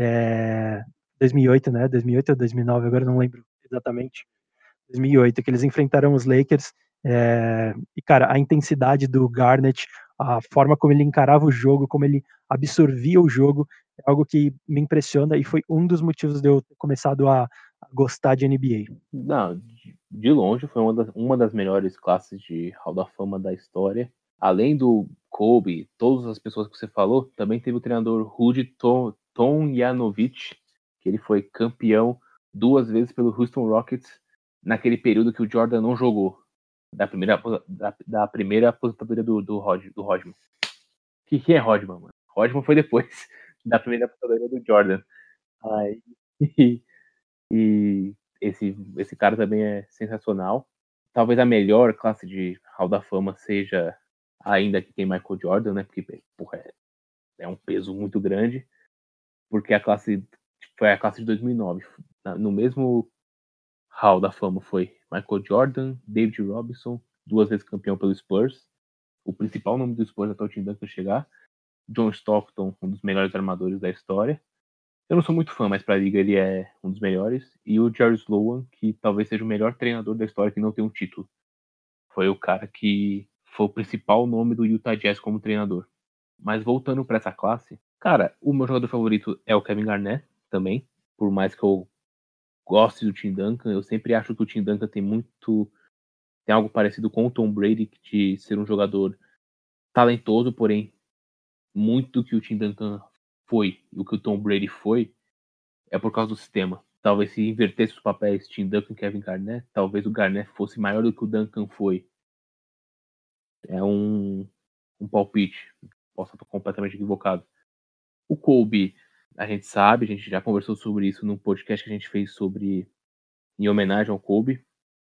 É, dois mil e oito, né? dois mil e oito ou dois mil e nove, agora não lembro exatamente. dois mil e oito, que eles enfrentaram os Lakers. É, e, cara, a intensidade do Garnett, a forma como ele encarava o jogo, como ele absorvia o jogo, é algo que me impressiona e foi um dos motivos de eu ter começado a, a gostar de N B A. Não, de, de longe foi uma das, uma das melhores classes de Hall da Fama da história. Além do Kobe, todas as pessoas que você falou, também teve o treinador Rudy Tom, Tomjanovich, que ele foi campeão duas vezes pelo Houston Rockets naquele período que o Jordan não jogou, da primeira, da, da primeira aposentadoria do, do, Rod, do Rodman. Que, quem é Rodman, mano? Rodman foi depois da primeira aposentadoria do Jordan. Aí, e, e esse, esse cara também é sensacional. Talvez a melhor classe de Hall da Fama seja ainda que tem Michael Jordan, né? Porque porra, é, é um peso muito grande. Porque a classe foi a classe de dois mil e nove. No mesmo Hall da Fama foi Michael Jordan, David Robinson, duas vezes campeão pelo Spurs. O principal nome do Spurs até o Tim Duncan chegar. John Stockton, um dos melhores armadores da história. Eu não sou muito fã, mas para a liga ele é um dos melhores. E o Jerry Sloan, que talvez seja o melhor treinador da história que não tem um título. Foi o cara que foi o principal nome do Utah Jazz como treinador. Mas voltando para essa classe, cara, o meu jogador favorito é o Kevin Garnett também. Por mais que eu goste do Tim Duncan, eu sempre acho que o Tim Duncan tem muito... Tem algo parecido com o Tom Brady, de ser um jogador talentoso, porém muito do que o Tim Duncan foi e o que o Tom Brady foi é por causa do sistema. Talvez se invertesse os papéis Tim Duncan e Kevin Garnett, talvez o Garnett fosse maior do que o Duncan foi. É um, um palpite. Posso estar completamente equivocado. O Kobe, a gente sabe, a gente já conversou sobre isso num podcast que a gente fez sobre em homenagem ao Kobe,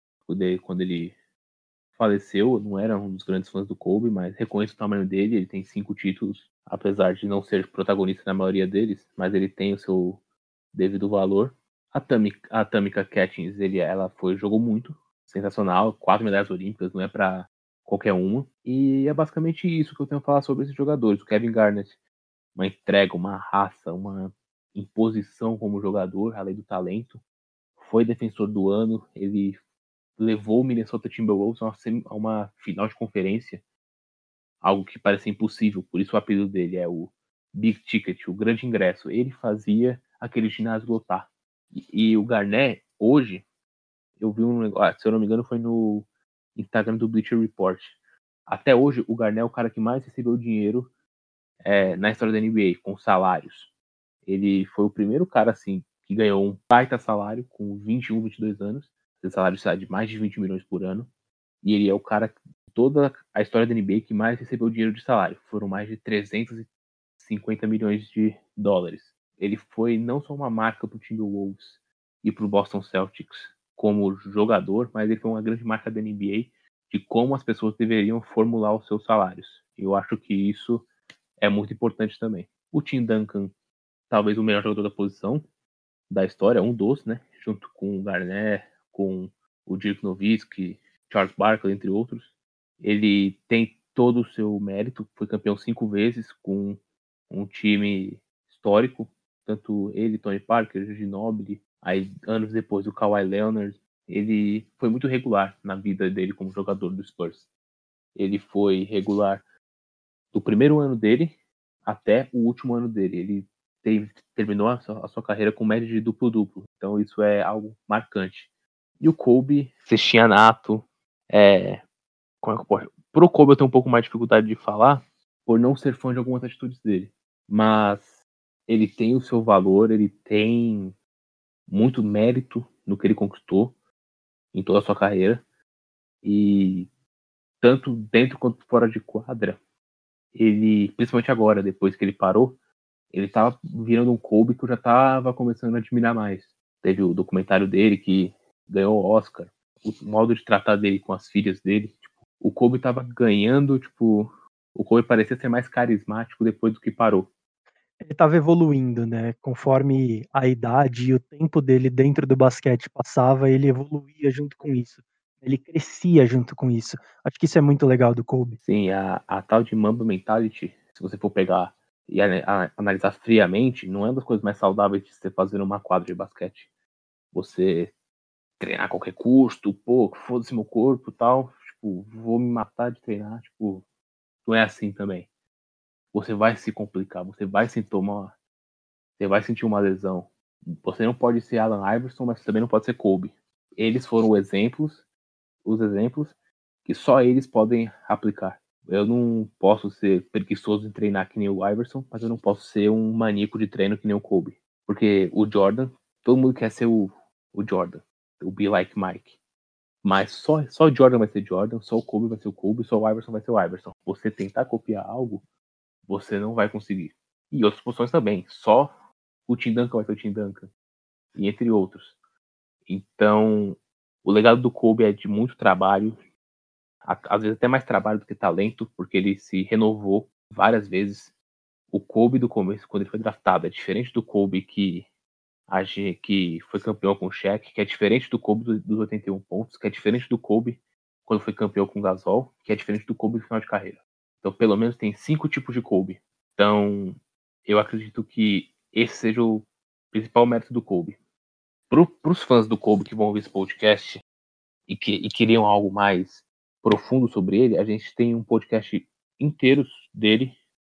quando ele faleceu. Eu não era um dos grandes fãs do Kobe, mas reconheço o tamanho dele. Ele tem cinco títulos, apesar de não ser protagonista na maioria deles, mas ele tem o seu devido valor. A Tamika, a Tamika Catchings, ele, ela foi, jogou muito, sensacional, quatro medalhas olímpicas, não é pra qualquer uma. E é basicamente isso que eu tenho a falar sobre esses jogadores. O Kevin Garnett, uma entrega, uma raça, uma imposição como jogador, além do talento. Foi defensor do ano, ele levou o Minnesota Timberwolves a uma, a uma final de conferência, algo que parece impossível, por isso o apelido dele é o Big Ticket, o grande ingresso. Ele fazia aquele ginásio lotar. E, e o Garnett, hoje, eu vi um negócio, ah, se eu não me engano, foi no Instagram do Bleacher Report. Até hoje, o Garnett é o cara que mais recebeu dinheiro é, na história da N B A, com salários. Ele foi o primeiro cara, assim, que ganhou um baita salário com vinte e um, vinte e dois anos. Esse salário sai de mais de vinte milhões por ano. E ele é o cara, toda a história da N B A, que mais recebeu dinheiro de salário. Foram mais de trezentos e cinquenta milhões de dólares. Ele foi não só uma marca para o Timberwolves e para o Boston Celtics como jogador, mas ele foi uma grande marca da N B A de como as pessoas deveriam formular os seus salários. Eu acho que isso é muito importante também. O Tim Duncan, talvez o melhor jogador da posição da história, um dos, né? Junto com o Garnett, com o Dirk Nowitzki, Charles Barkley, entre outros. Ele tem todo o seu mérito, foi campeão cinco vezes com um time histórico, tanto ele, Tony Parker, Ginobili, aí anos depois o Kawhi Leonard. Ele foi muito regular na vida dele como jogador do Spurs. Ele foi regular do primeiro ano dele até o último ano dele. Ele teve, terminou a sua, a sua carreira com média de duplo-duplo. Então isso é algo marcante. E o Kobe, cestinha nato. É, como é que eu posso... Pro Kobe eu tenho um pouco mais de dificuldade de falar, por não ser fã de algumas atitudes dele. Mas ele tem o seu valor, ele tem muito mérito no que ele conquistou em toda a sua carreira. E tanto dentro quanto fora de quadra, ele, principalmente agora, depois que ele parou, ele tava virando um Kobe que eu já tava começando a admirar mais. Teve o documentário dele que ganhou o Oscar, o modo de tratar dele com as filhas dele. Tipo, o Kobe tava ganhando, tipo, o Kobe parecia ser mais carismático depois do que parou. Ele tava evoluindo, né? Conforme a idade e o tempo dele dentro do basquete passava, ele evoluía junto com isso. Ele crescia junto com isso. Acho que isso é muito legal do Kobe. Sim, a, a tal de Mamba Mentality, se você for pegar e a, a, analisar friamente, não é uma das coisas mais saudáveis de você fazer numa quadra de basquete. Você treinar a qualquer custo, pô, foda-se meu corpo e tal, tipo, vou me matar de treinar, tipo, não é assim também. Você vai se complicar, você vai se tomar, você vai sentir uma lesão. Você não pode ser Allen Iverson, mas também não pode ser Kobe. Eles foram exemplos, os exemplos que só eles podem aplicar. Eu não posso ser preguiçoso em treinar que nem o Iverson, mas eu não posso ser um maníaco de treino que nem o Kobe. Porque o Jordan, todo mundo quer ser o, o Jordan, o Be Like Mike. Mas só, só o Jordan vai ser Jordan, só o Kobe vai ser o Kobe, só o Iverson vai ser o Iverson. Você tentar copiar algo, você não vai conseguir. E outras posições também. Só o Tim Duncan vai ser o Tim Duncan. E entre outros. Então, o legado do Kobe é de muito trabalho. Às vezes até mais trabalho do que talento, porque ele se renovou várias vezes. O Kobe do começo, quando ele foi draftado, é diferente do Kobe que, que foi campeão com o Shaq, que é diferente do Kobe dos oitenta e um pontos, que é diferente do Kobe quando foi campeão com o Gasol, que é diferente do Kobe no final de carreira. Então, pelo menos tem cinco tipos de Kobe. Então, eu acredito que esse seja o principal mérito do Kobe. Para os fãs do Kobe que vão ouvir esse podcast e que e queriam algo mais profundo sobre ele, a gente tem um podcast inteiro dele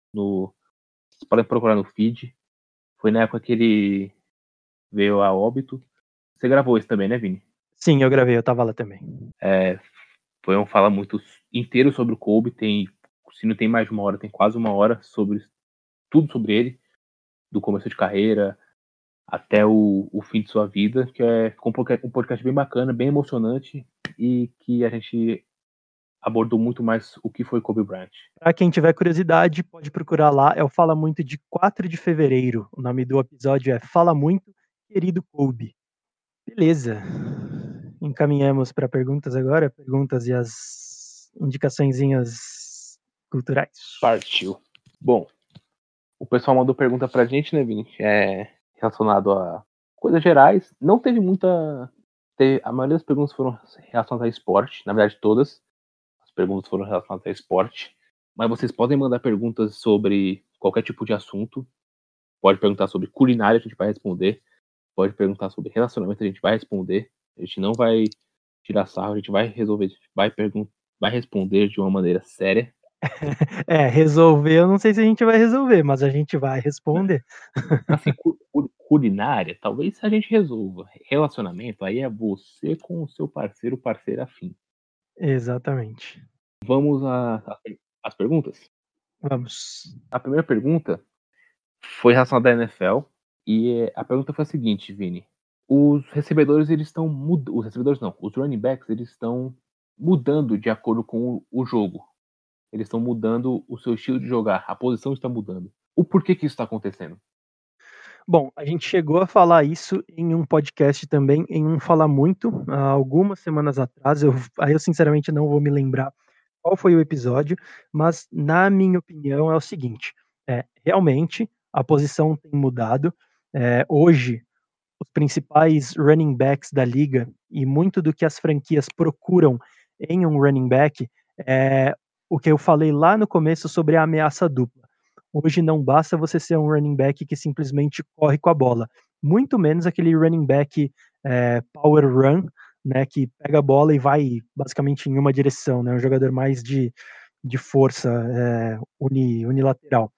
no... Vocês podem procurar no feed. Foi na época que ele veio a óbito. Você gravou isso também, né, Vini? Sim, eu gravei, eu tava lá também. É, foi um fala muito inteiro sobre o Kobe. Tem, se não tem mais de uma hora, tem quase uma hora sobre tudo sobre ele, do começo de carreira até o, o fim de sua vida, que é ficou um podcast bem bacana, bem emocionante e que a gente abordou muito mais o que foi Kobe Bryant. Pra quem tiver curiosidade, pode procurar lá, é o Fala Muito de quatro de fevereiro. O nome do episódio é Fala Muito, Querido Kobe. Beleza. Encaminhamos para perguntas agora, perguntas e as indicaçõezinhas culturais. Partiu. Bom, o pessoal mandou pergunta pra gente, né, Vini? É relacionado a coisas gerais. Não teve muita... Teve... A maioria das perguntas foram relacionadas a esporte. Na verdade, todas as perguntas foram relacionadas a esporte. Mas vocês podem mandar perguntas sobre qualquer tipo de assunto. Pode perguntar sobre culinária, a gente vai responder. Pode perguntar sobre relacionamento, a gente vai responder. A gente não vai tirar sarro, a gente vai resolver, a gente vai, pergun- vai responder de uma maneira séria. É, resolver, eu não sei se a gente vai resolver, mas a gente vai responder. Assim, cu- cu- culinária, talvez a gente resolva. Relacionamento, aí é você com o seu parceiro, parceira afim. Exatamente. Vamos às às perguntas? Vamos. A primeira pergunta foi relacionada à N F L. E a pergunta foi a seguinte, Vini. Os recebedores, eles estão mudando. Os recebedores não, os running backs, eles estão mudando de acordo com o, o jogo. Eles estão mudando o seu estilo de jogar. A posição está mudando. O porquê que isso está acontecendo? Bom, a gente chegou a falar isso em um podcast também, em um Fala Muito, há algumas semanas atrás. Eu, aí eu sinceramente não vou me lembrar qual foi o episódio, mas na minha opinião é o seguinte: é, realmente a posição tem mudado. É, hoje, os principais running backs da liga e muito do que as franquias procuram em um running back é o que eu falei lá no começo sobre a ameaça dupla. Hoje não basta você ser um running back que simplesmente corre com a bola, muito menos aquele running back é, power run, né, que pega a bola e vai basicamente em uma direção, né, um jogador mais de, de força é, uni, unilateral.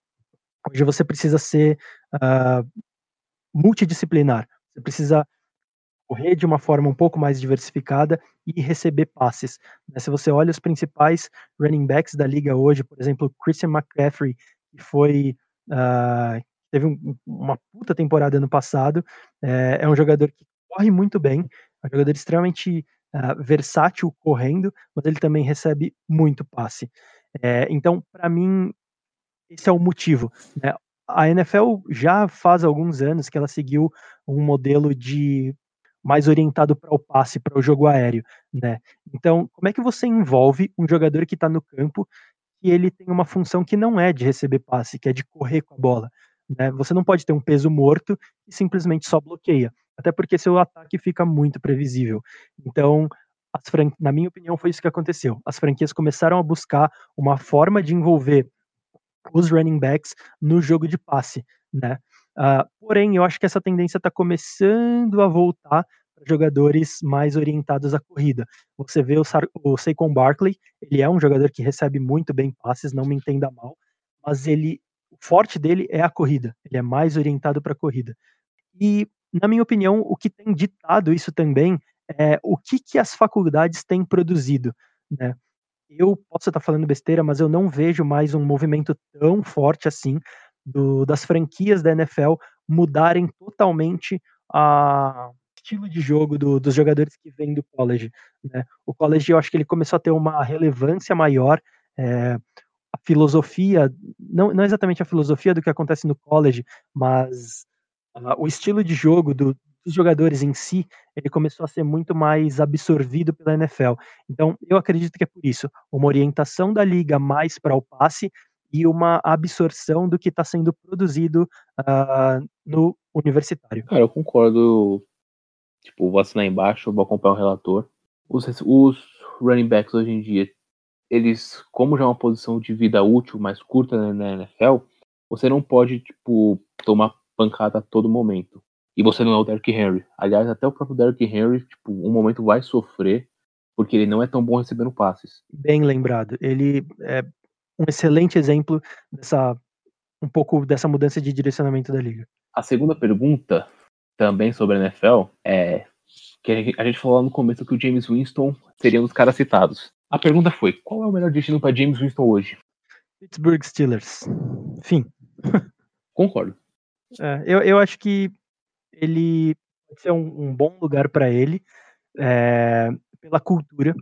Hoje você precisa ser uh, multidisciplinar, você precisa correr de uma forma um pouco mais diversificada e receber passes. Né? Se você olha os principais running backs da liga hoje, por exemplo, Christian McCaffrey, que foi uh, teve um, uma puta temporada ano passado, é, é um jogador que corre muito bem, é um jogador extremamente uh, versátil correndo, mas ele também recebe muito passe. É, então, para mim, esse é o motivo. Né? A N F L já faz alguns anos que ela seguiu um modelo de mais orientado para o passe, para o jogo aéreo, né? Então, como é que você envolve um jogador que está no campo e ele tem uma função que não é de receber passe, que é de correr com a bola, né? Você não pode ter um peso morto e simplesmente só bloqueia, até porque seu ataque fica muito previsível. Então, as fran... na minha opinião, foi isso que aconteceu. As franquias começaram a buscar uma forma de envolver os running backs no jogo de passe, né? Uh, porém, eu acho que essa tendência está começando a voltar para jogadores mais orientados à corrida. Você vê o, Sar o Saquon Barkley, ele é um jogador que recebe muito bem passes, não me entenda mal, mas ele, o forte dele é a corrida, ele é mais orientado para a corrida. E, na minha opinião, o que tem ditado isso também é o que, que as faculdades têm produzido, né? Eu posso estar falando besteira, mas eu não vejo mais um movimento tão forte assim do, das franquias da N F L mudarem totalmente a estilo de jogo do, dos jogadores que vêm do college. Né? O college, eu acho que ele começou a ter uma relevância maior. É, a filosofia, não, não exatamente a filosofia do que acontece no college, mas uh, o estilo de jogo do, dos jogadores em si, ele começou a ser muito mais absorvido pela N F L. Então, eu acredito que é por isso, uma orientação da liga mais para o passe e uma absorção do que está sendo produzido uh, no universitário. Cara, eu concordo. Tipo, vou assinar embaixo, vou acompanhar o relator. Os, os running backs hoje em dia, eles, como já é uma posição de vida útil mais curta, né, na N F L, você não pode, tipo, tomar pancada a todo momento. E você não é o Derrick Henry. Aliás, até o próprio Derrick Henry, tipo, um momento vai sofrer, porque ele não é tão bom recebendo passes. Bem lembrado. Ele é um excelente exemplo dessa um pouco dessa mudança de direcionamento da liga. A segunda pergunta, também sobre a N F L, é que a gente, a gente falou no começo que o Jameis Winston seria um dos caras citados. A pergunta foi, qual é o melhor destino para Jameis Winston hoje? Pittsburgh Steelers. Fim. Concordo. É, eu, eu acho que ele pode ser um, um bom lugar para ele, é, pela cultura.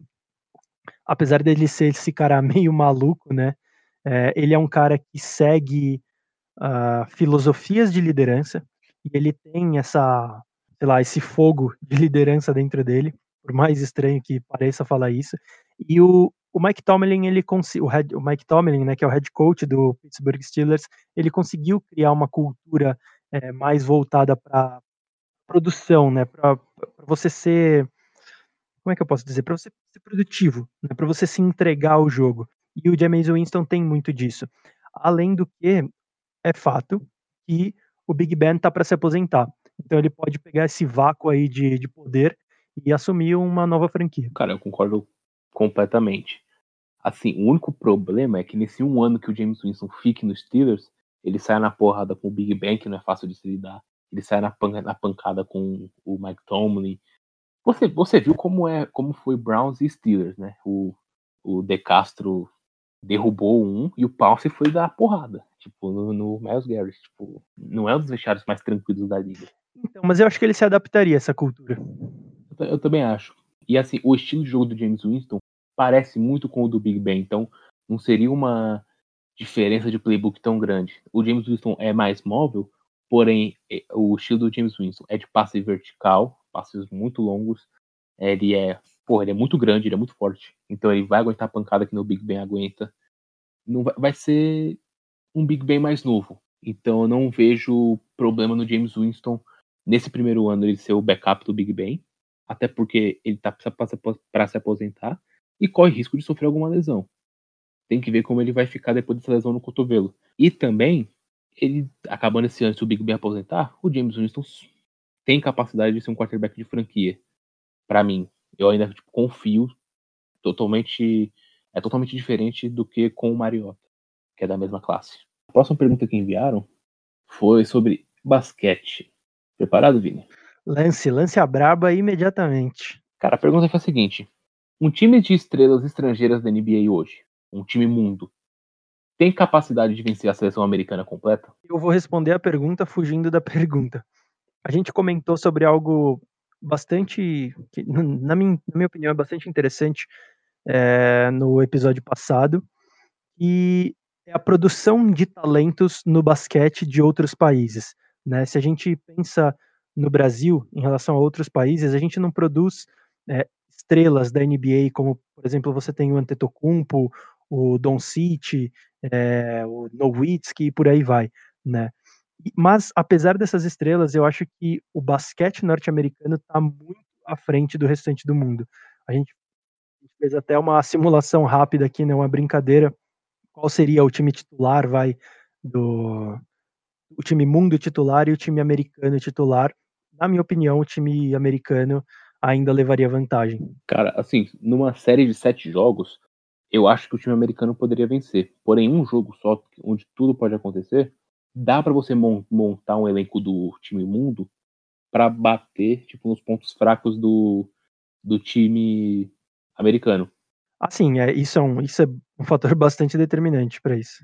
Apesar dele ser esse cara meio maluco, né? É, ele é um cara que segue uh, filosofias de liderança e ele tem essa, sei lá, esse fogo de liderança dentro dele, por mais estranho que pareça falar isso. E o, o Mike Tomlin, ele o, head, o Mike Tomlin, né, que é o head coach do Pittsburgh Steelers, ele conseguiu criar uma cultura é, mais voltada para produção, né, para você ser, como é que eu posso dizer, para você ser produtivo, né, para você se entregar ao jogo. E o Jameis Winston tem muito disso. Além do que, é fato que o Big Ben tá para se aposentar. Então ele pode pegar esse vácuo aí de, de poder e assumir uma nova franquia. Cara, eu concordo completamente. Assim, o único problema é que nesse um ano que o Jameis Winston fique nos Steelers, ele sai na porrada com o Big Ben, que não é fácil de se lidar. Ele sai na, pan- na pancada com o Mike Tomlin. Você, você viu como, é, como foi Browns e Steelers, né? O, o De Castro derrubou um e o Pounce foi dar porrada, tipo, no, no Myles Garrett. Tipo, não é um dos vestiários mais tranquilos da liga. Então, mas eu acho que ele se adaptaria a essa cultura. Eu, ta- eu também acho. E assim, o estilo de jogo do James Winston parece muito com o do Big Ben, então não seria uma diferença de playbook tão grande. O James Winston é mais móvel, porém é- o estilo do James Winston é de passe vertical, passes muito longos. Ele é, porra, ele é muito grande, ele é muito forte. Então ele vai aguentar a pancada que no Big Ben aguenta. Não vai, vai ser um Big Ben mais novo. Então eu não vejo problema no James Winston nesse primeiro ano ele ser o backup do Big Ben, até porque ele tá para se aposentar e corre risco de sofrer alguma lesão. Tem que ver como ele vai ficar depois dessa lesão no cotovelo. E também, ele acabando esse ano, se o Big Ben aposentar, o James Winston tem capacidade de ser um quarterback de franquia. Para mim, eu ainda tipo, confio totalmente, é totalmente diferente do que com o Mariota, que é da mesma classe. A próxima pergunta que enviaram foi sobre basquete. Preparado, Vini? Lance, lance a braba imediatamente. Cara, a pergunta foi a seguinte: um time de estrelas estrangeiras da N B A hoje, um time mundo, tem capacidade de vencer a seleção americana completa? Eu vou responder a pergunta fugindo da pergunta. A gente comentou sobre algo bastante, que, na, minha, na minha opinião, é bastante interessante é, no episódio passado, e é a produção de talentos no basquete de outros países. Né? Se a gente pensa no Brasil em relação a outros países, a gente não produz é, estrelas da N B A, como, por exemplo, você tem o Antetokounmpo, o Doncic, é, o Nowitzki e por aí vai, né? Mas, apesar dessas estrelas, eu acho que o basquete norte-americano está muito à frente do restante do mundo. A gente fez até uma simulação rápida aqui, né, uma brincadeira. Qual seria o time titular, vai, do o time mundo titular e o time americano titular? Na minha opinião, o time americano ainda levaria vantagem. Cara, assim, numa série de sete jogos, eu acho que o time americano poderia vencer. Porém, um jogo só, onde tudo pode acontecer, dá para você mon- montar um elenco do time mundo para bater, tipo, nos pontos fracos do, do time americano. Assim, é, isso, é um, isso é um fator bastante determinante para isso.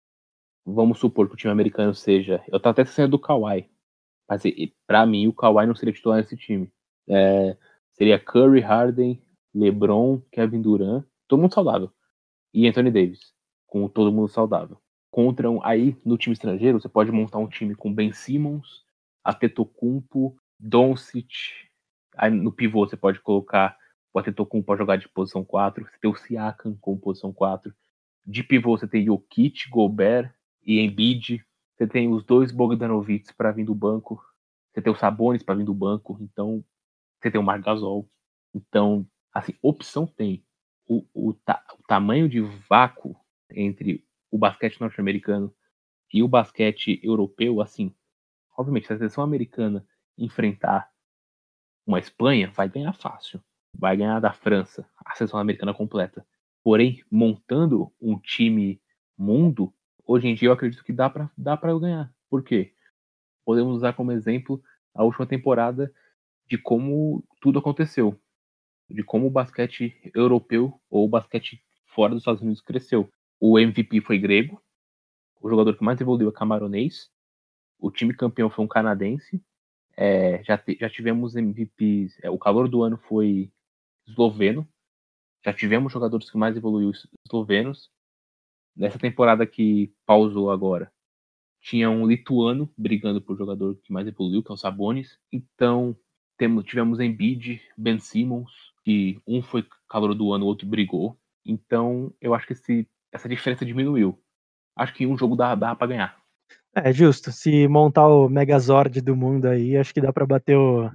Vamos supor que o time americano seja. Eu tava até sendo do Kawhi. Mas para mim, o Kawhi não seria titular nesse time. É, seria Curry, Harden, LeBron, Kevin Durant, todo mundo saudável. E Anthony Davis, com todo mundo saudável. Contra um, aí, no time estrangeiro, você pode montar um time com Ben Simmons, Antetokounmpo, Doncic. Aí no pivô você pode colocar o Antetokounmpo para jogar de posição quatro. Você tem o Siakam como posição quatro. De pivô você tem Jokic, Gobert e Embiid. Você tem os dois Bogdanovics para vir do banco. Você tem o Sabonis para vir do banco. Então, você tem o Marc Gasol. Então, assim, opção tem. O, o, ta, o tamanho de vácuo entre o basquete norte-americano e o basquete europeu, assim, obviamente, se a seleção americana enfrentar uma Espanha, vai ganhar fácil. Vai ganhar da França, a seleção americana completa. Porém, montando um time mundo, hoje em dia eu acredito que dá pra, dá pra eu ganhar. Por quê? Podemos usar como exemplo a última temporada de como tudo aconteceu. De como o basquete europeu ou o basquete fora dos Estados Unidos cresceu. O M V P foi grego, o jogador que mais evoluiu é camaronês, o time campeão foi um canadense, é, já, te, já tivemos M V Ps, é, o calor do ano foi esloveno, já tivemos jogadores que mais evoluíram eslovenos. Nessa temporada que pausou agora, tinha um lituano brigando por jogador que mais evoluiu, que é o Sabonis. Então, temos, tivemos Embiid, Ben Simmons, que um foi calor do ano, o outro brigou. Então, eu acho que esse, essa diferença diminuiu. Acho que um jogo dá, dá pra ganhar. É justo, se montar o Megazord do mundo aí, acho que dá pra bater o,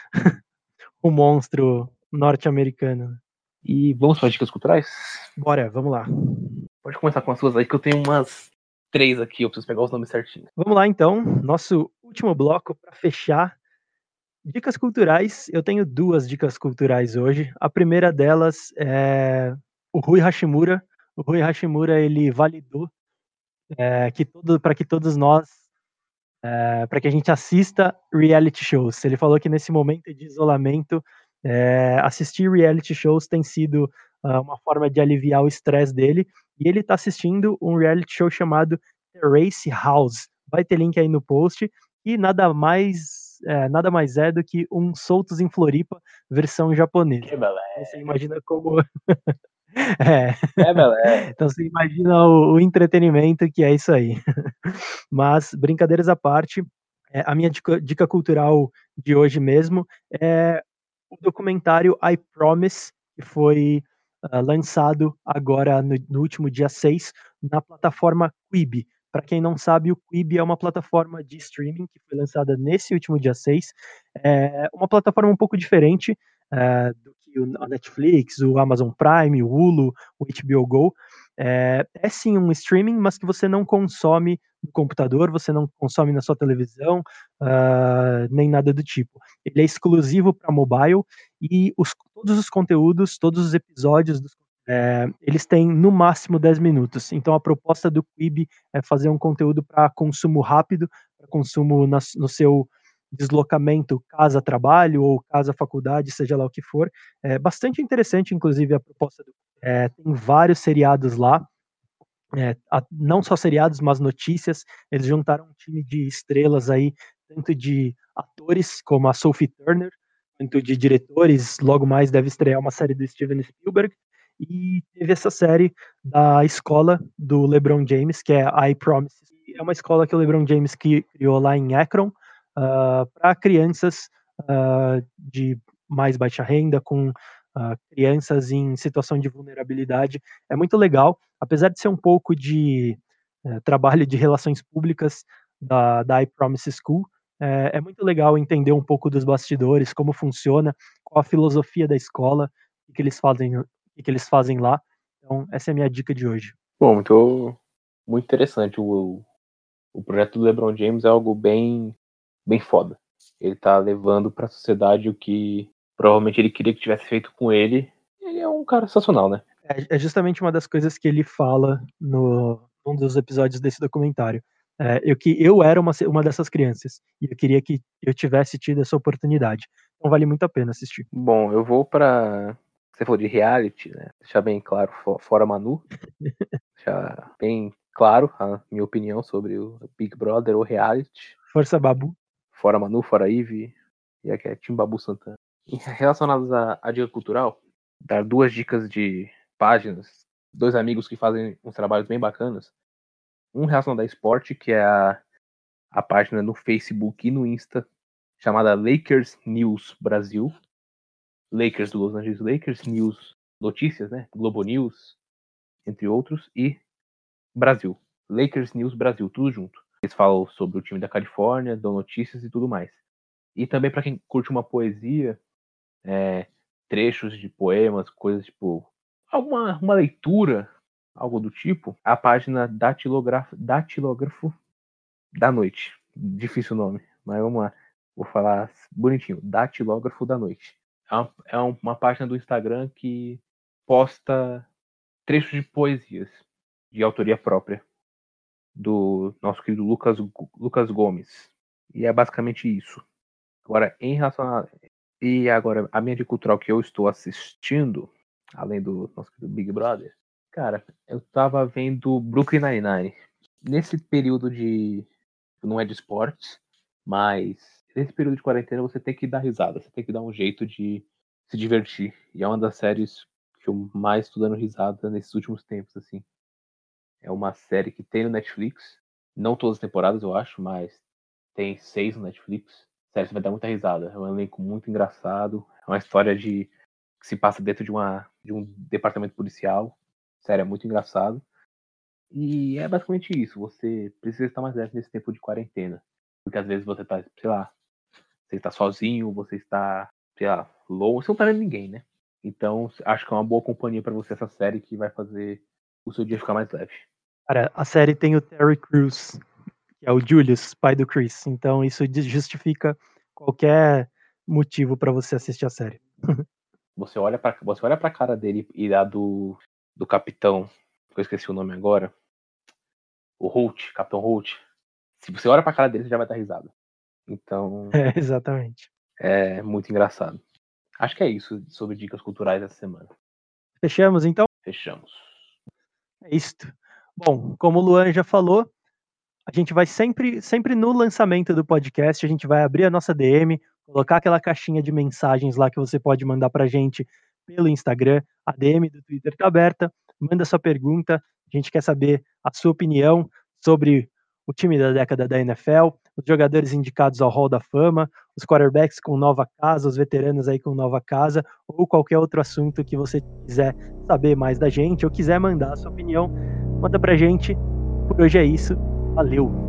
o monstro norte-americano. E vamos para as dicas culturais? Bora, vamos lá. Pode começar com as suas aí, que eu tenho umas três aqui, eu preciso pegar os nomes certinhos. Vamos lá então, nosso último bloco para fechar. Dicas culturais, eu tenho duas dicas culturais hoje. A primeira delas é o Rui Hashimura. O Rui Hashimura, ele validou é, que todo, para que todos nós, é, para que a gente assista reality shows. Ele falou que nesse momento de isolamento, é, assistir reality shows tem sido uh, uma forma de aliviar o estresse dele. E ele está assistindo um reality show chamado The Race House. Vai ter link aí no post. E nada mais, é, nada mais é do que um Soltos em Floripa versão japonesa. Que beleza. Você imagina como. é. É beleza. Então você imagina o, o entretenimento que é isso aí. Mas, brincadeiras à parte, é, a minha dica, dica cultural de hoje mesmo é o documentário I Promise, que foi uh, lançado agora no, no último dia seis na plataforma Quibi. Para quem não sabe, o Quibi é uma plataforma de streaming que foi lançada nesse último dia seis. É uma plataforma um pouco diferente é, do que o, a Netflix, o Amazon Prime, o Hulu, o H B O Go. É, é sim um streaming, mas que você não consome no computador, você não consome na sua televisão, uh, nem nada do tipo. Ele é exclusivo para mobile e os, todos os conteúdos, todos os episódios, dos, é, eles têm no máximo dez minutos. Então a proposta do Quibi é fazer um conteúdo para consumo rápido, para consumo na, no seu deslocamento casa-trabalho ou casa-faculdade, seja lá o que for. É bastante interessante, inclusive, a proposta do é, tem vários seriados lá, é, a, não só seriados, mas notícias. Eles juntaram um time de estrelas aí, tanto de atores como a Sophie Turner, quanto de diretores. Logo mais deve estrear uma série do Steven Spielberg. E teve essa série da escola do LeBron James, que é I Promise. É uma escola que o LeBron James criou lá em Akron, uh, para crianças uh, de mais baixa renda, com uh, crianças em situação de vulnerabilidade. É muito legal, apesar de ser um pouco de uh, trabalho de relações públicas da, da I Promise School. É, é muito legal entender um pouco dos bastidores, como funciona, qual a filosofia da escola, o que eles fazem, o que eles fazem lá. Então, essa é a minha dica de hoje. Bom, muito, muito interessante. O, o projeto do LeBron James é algo bem, bem foda. Ele tá levando para a sociedade o que provavelmente ele queria que tivesse feito com ele. Ele é um cara sensacional, né? É, é justamente uma das coisas que ele fala no um dos episódios desse documentário. É, eu que eu era uma, uma dessas crianças e eu queria que eu tivesse tido essa oportunidade. Então vale muito a pena assistir. Bom, eu vou para você falou de reality, né? Deixar bem claro, fora Manu. Deixar bem claro a minha opinião sobre o Big Brother ou reality. Força Babu. Fora Manu, fora Ivy e aqui é Tim Babu Santana. E relacionados à, à dica cultural, dar duas dicas de páginas, dois amigos que fazem uns trabalhos bem bacanas. Um relacionado a esporte, que é a, a página no Facebook e no Insta, chamada Lakers News Brasil. Lakers do Los Angeles Lakers, News Notícias, né? Globo News, entre outros, e Brasil. Lakers News Brasil, tudo junto. Eles falam sobre o time da Califórnia, dão notícias e tudo mais. E também para quem curte uma poesia, é, trechos de poemas, coisas tipo alguma uma leitura, algo do tipo, a página Datilógrafo, Datilógrafo da Noite. Difícil o nome, mas vamos lá. Vou falar bonitinho. Datilógrafo da Noite. É uma, é uma página do Instagram que posta trechos de poesias. de autoria própria do nosso querido Lucas, Lucas Gomes. E é basicamente isso. Agora, em relação a... E agora, a minha de cultural que eu estou assistindo, além do nosso querido Big Brother, cara, eu tava vendo Brooklyn Nine-Nine. Nesse período de... Não é de esportes, mas nesse período de quarentena você tem que dar risada, você tem que dar um jeito de se divertir. E é uma das séries que eu mais estou dando risada nesses últimos tempos, assim. É uma série que tem no Netflix. Não todas as temporadas, eu acho, mas tem seis no Netflix. Sério, você vai dar muita risada. É um elenco muito engraçado. É uma história de que se passa dentro de, uma, de um departamento policial. Sério, é muito engraçado. E é basicamente isso. Você precisa estar mais leve nesse tempo de quarentena. Porque às vezes você tá, sei lá, você está sozinho, você está, sei lá, louco. Você não tá vendo ninguém, né? Então, acho que é uma boa companhia pra você essa série que vai fazer o seu dia ficar mais leve. Cara, a série tem o Terry Crews, que é o Julius, pai do Chris. Então isso justifica qualquer motivo pra você assistir a série. Você olha pra, você olha pra cara dele e a do, do capitão, que eu esqueci o nome agora, o Holt, Capitão Holt. Se você olha pra cara dele, você já vai dar risada. Então, É, exatamente. é muito engraçado. Acho que é isso sobre dicas culturais essa semana. Fechamos, então? Fechamos. É isto. Bom, como o Luan já falou, a gente vai sempre, sempre no lançamento do podcast, a gente vai abrir a nossa D M, colocar aquela caixinha de mensagens lá que você pode mandar pra gente pelo Instagram, a D M do Twitter tá aberta, manda sua pergunta, a gente quer saber a sua opinião sobre o time da década da N F L, os jogadores indicados ao Hall da Fama, os quarterbacks com nova casa, os veteranos aí com nova casa, ou qualquer outro assunto que você quiser saber mais da gente, ou quiser mandar a sua opinião, manda pra gente. Por hoje é isso. Valeu!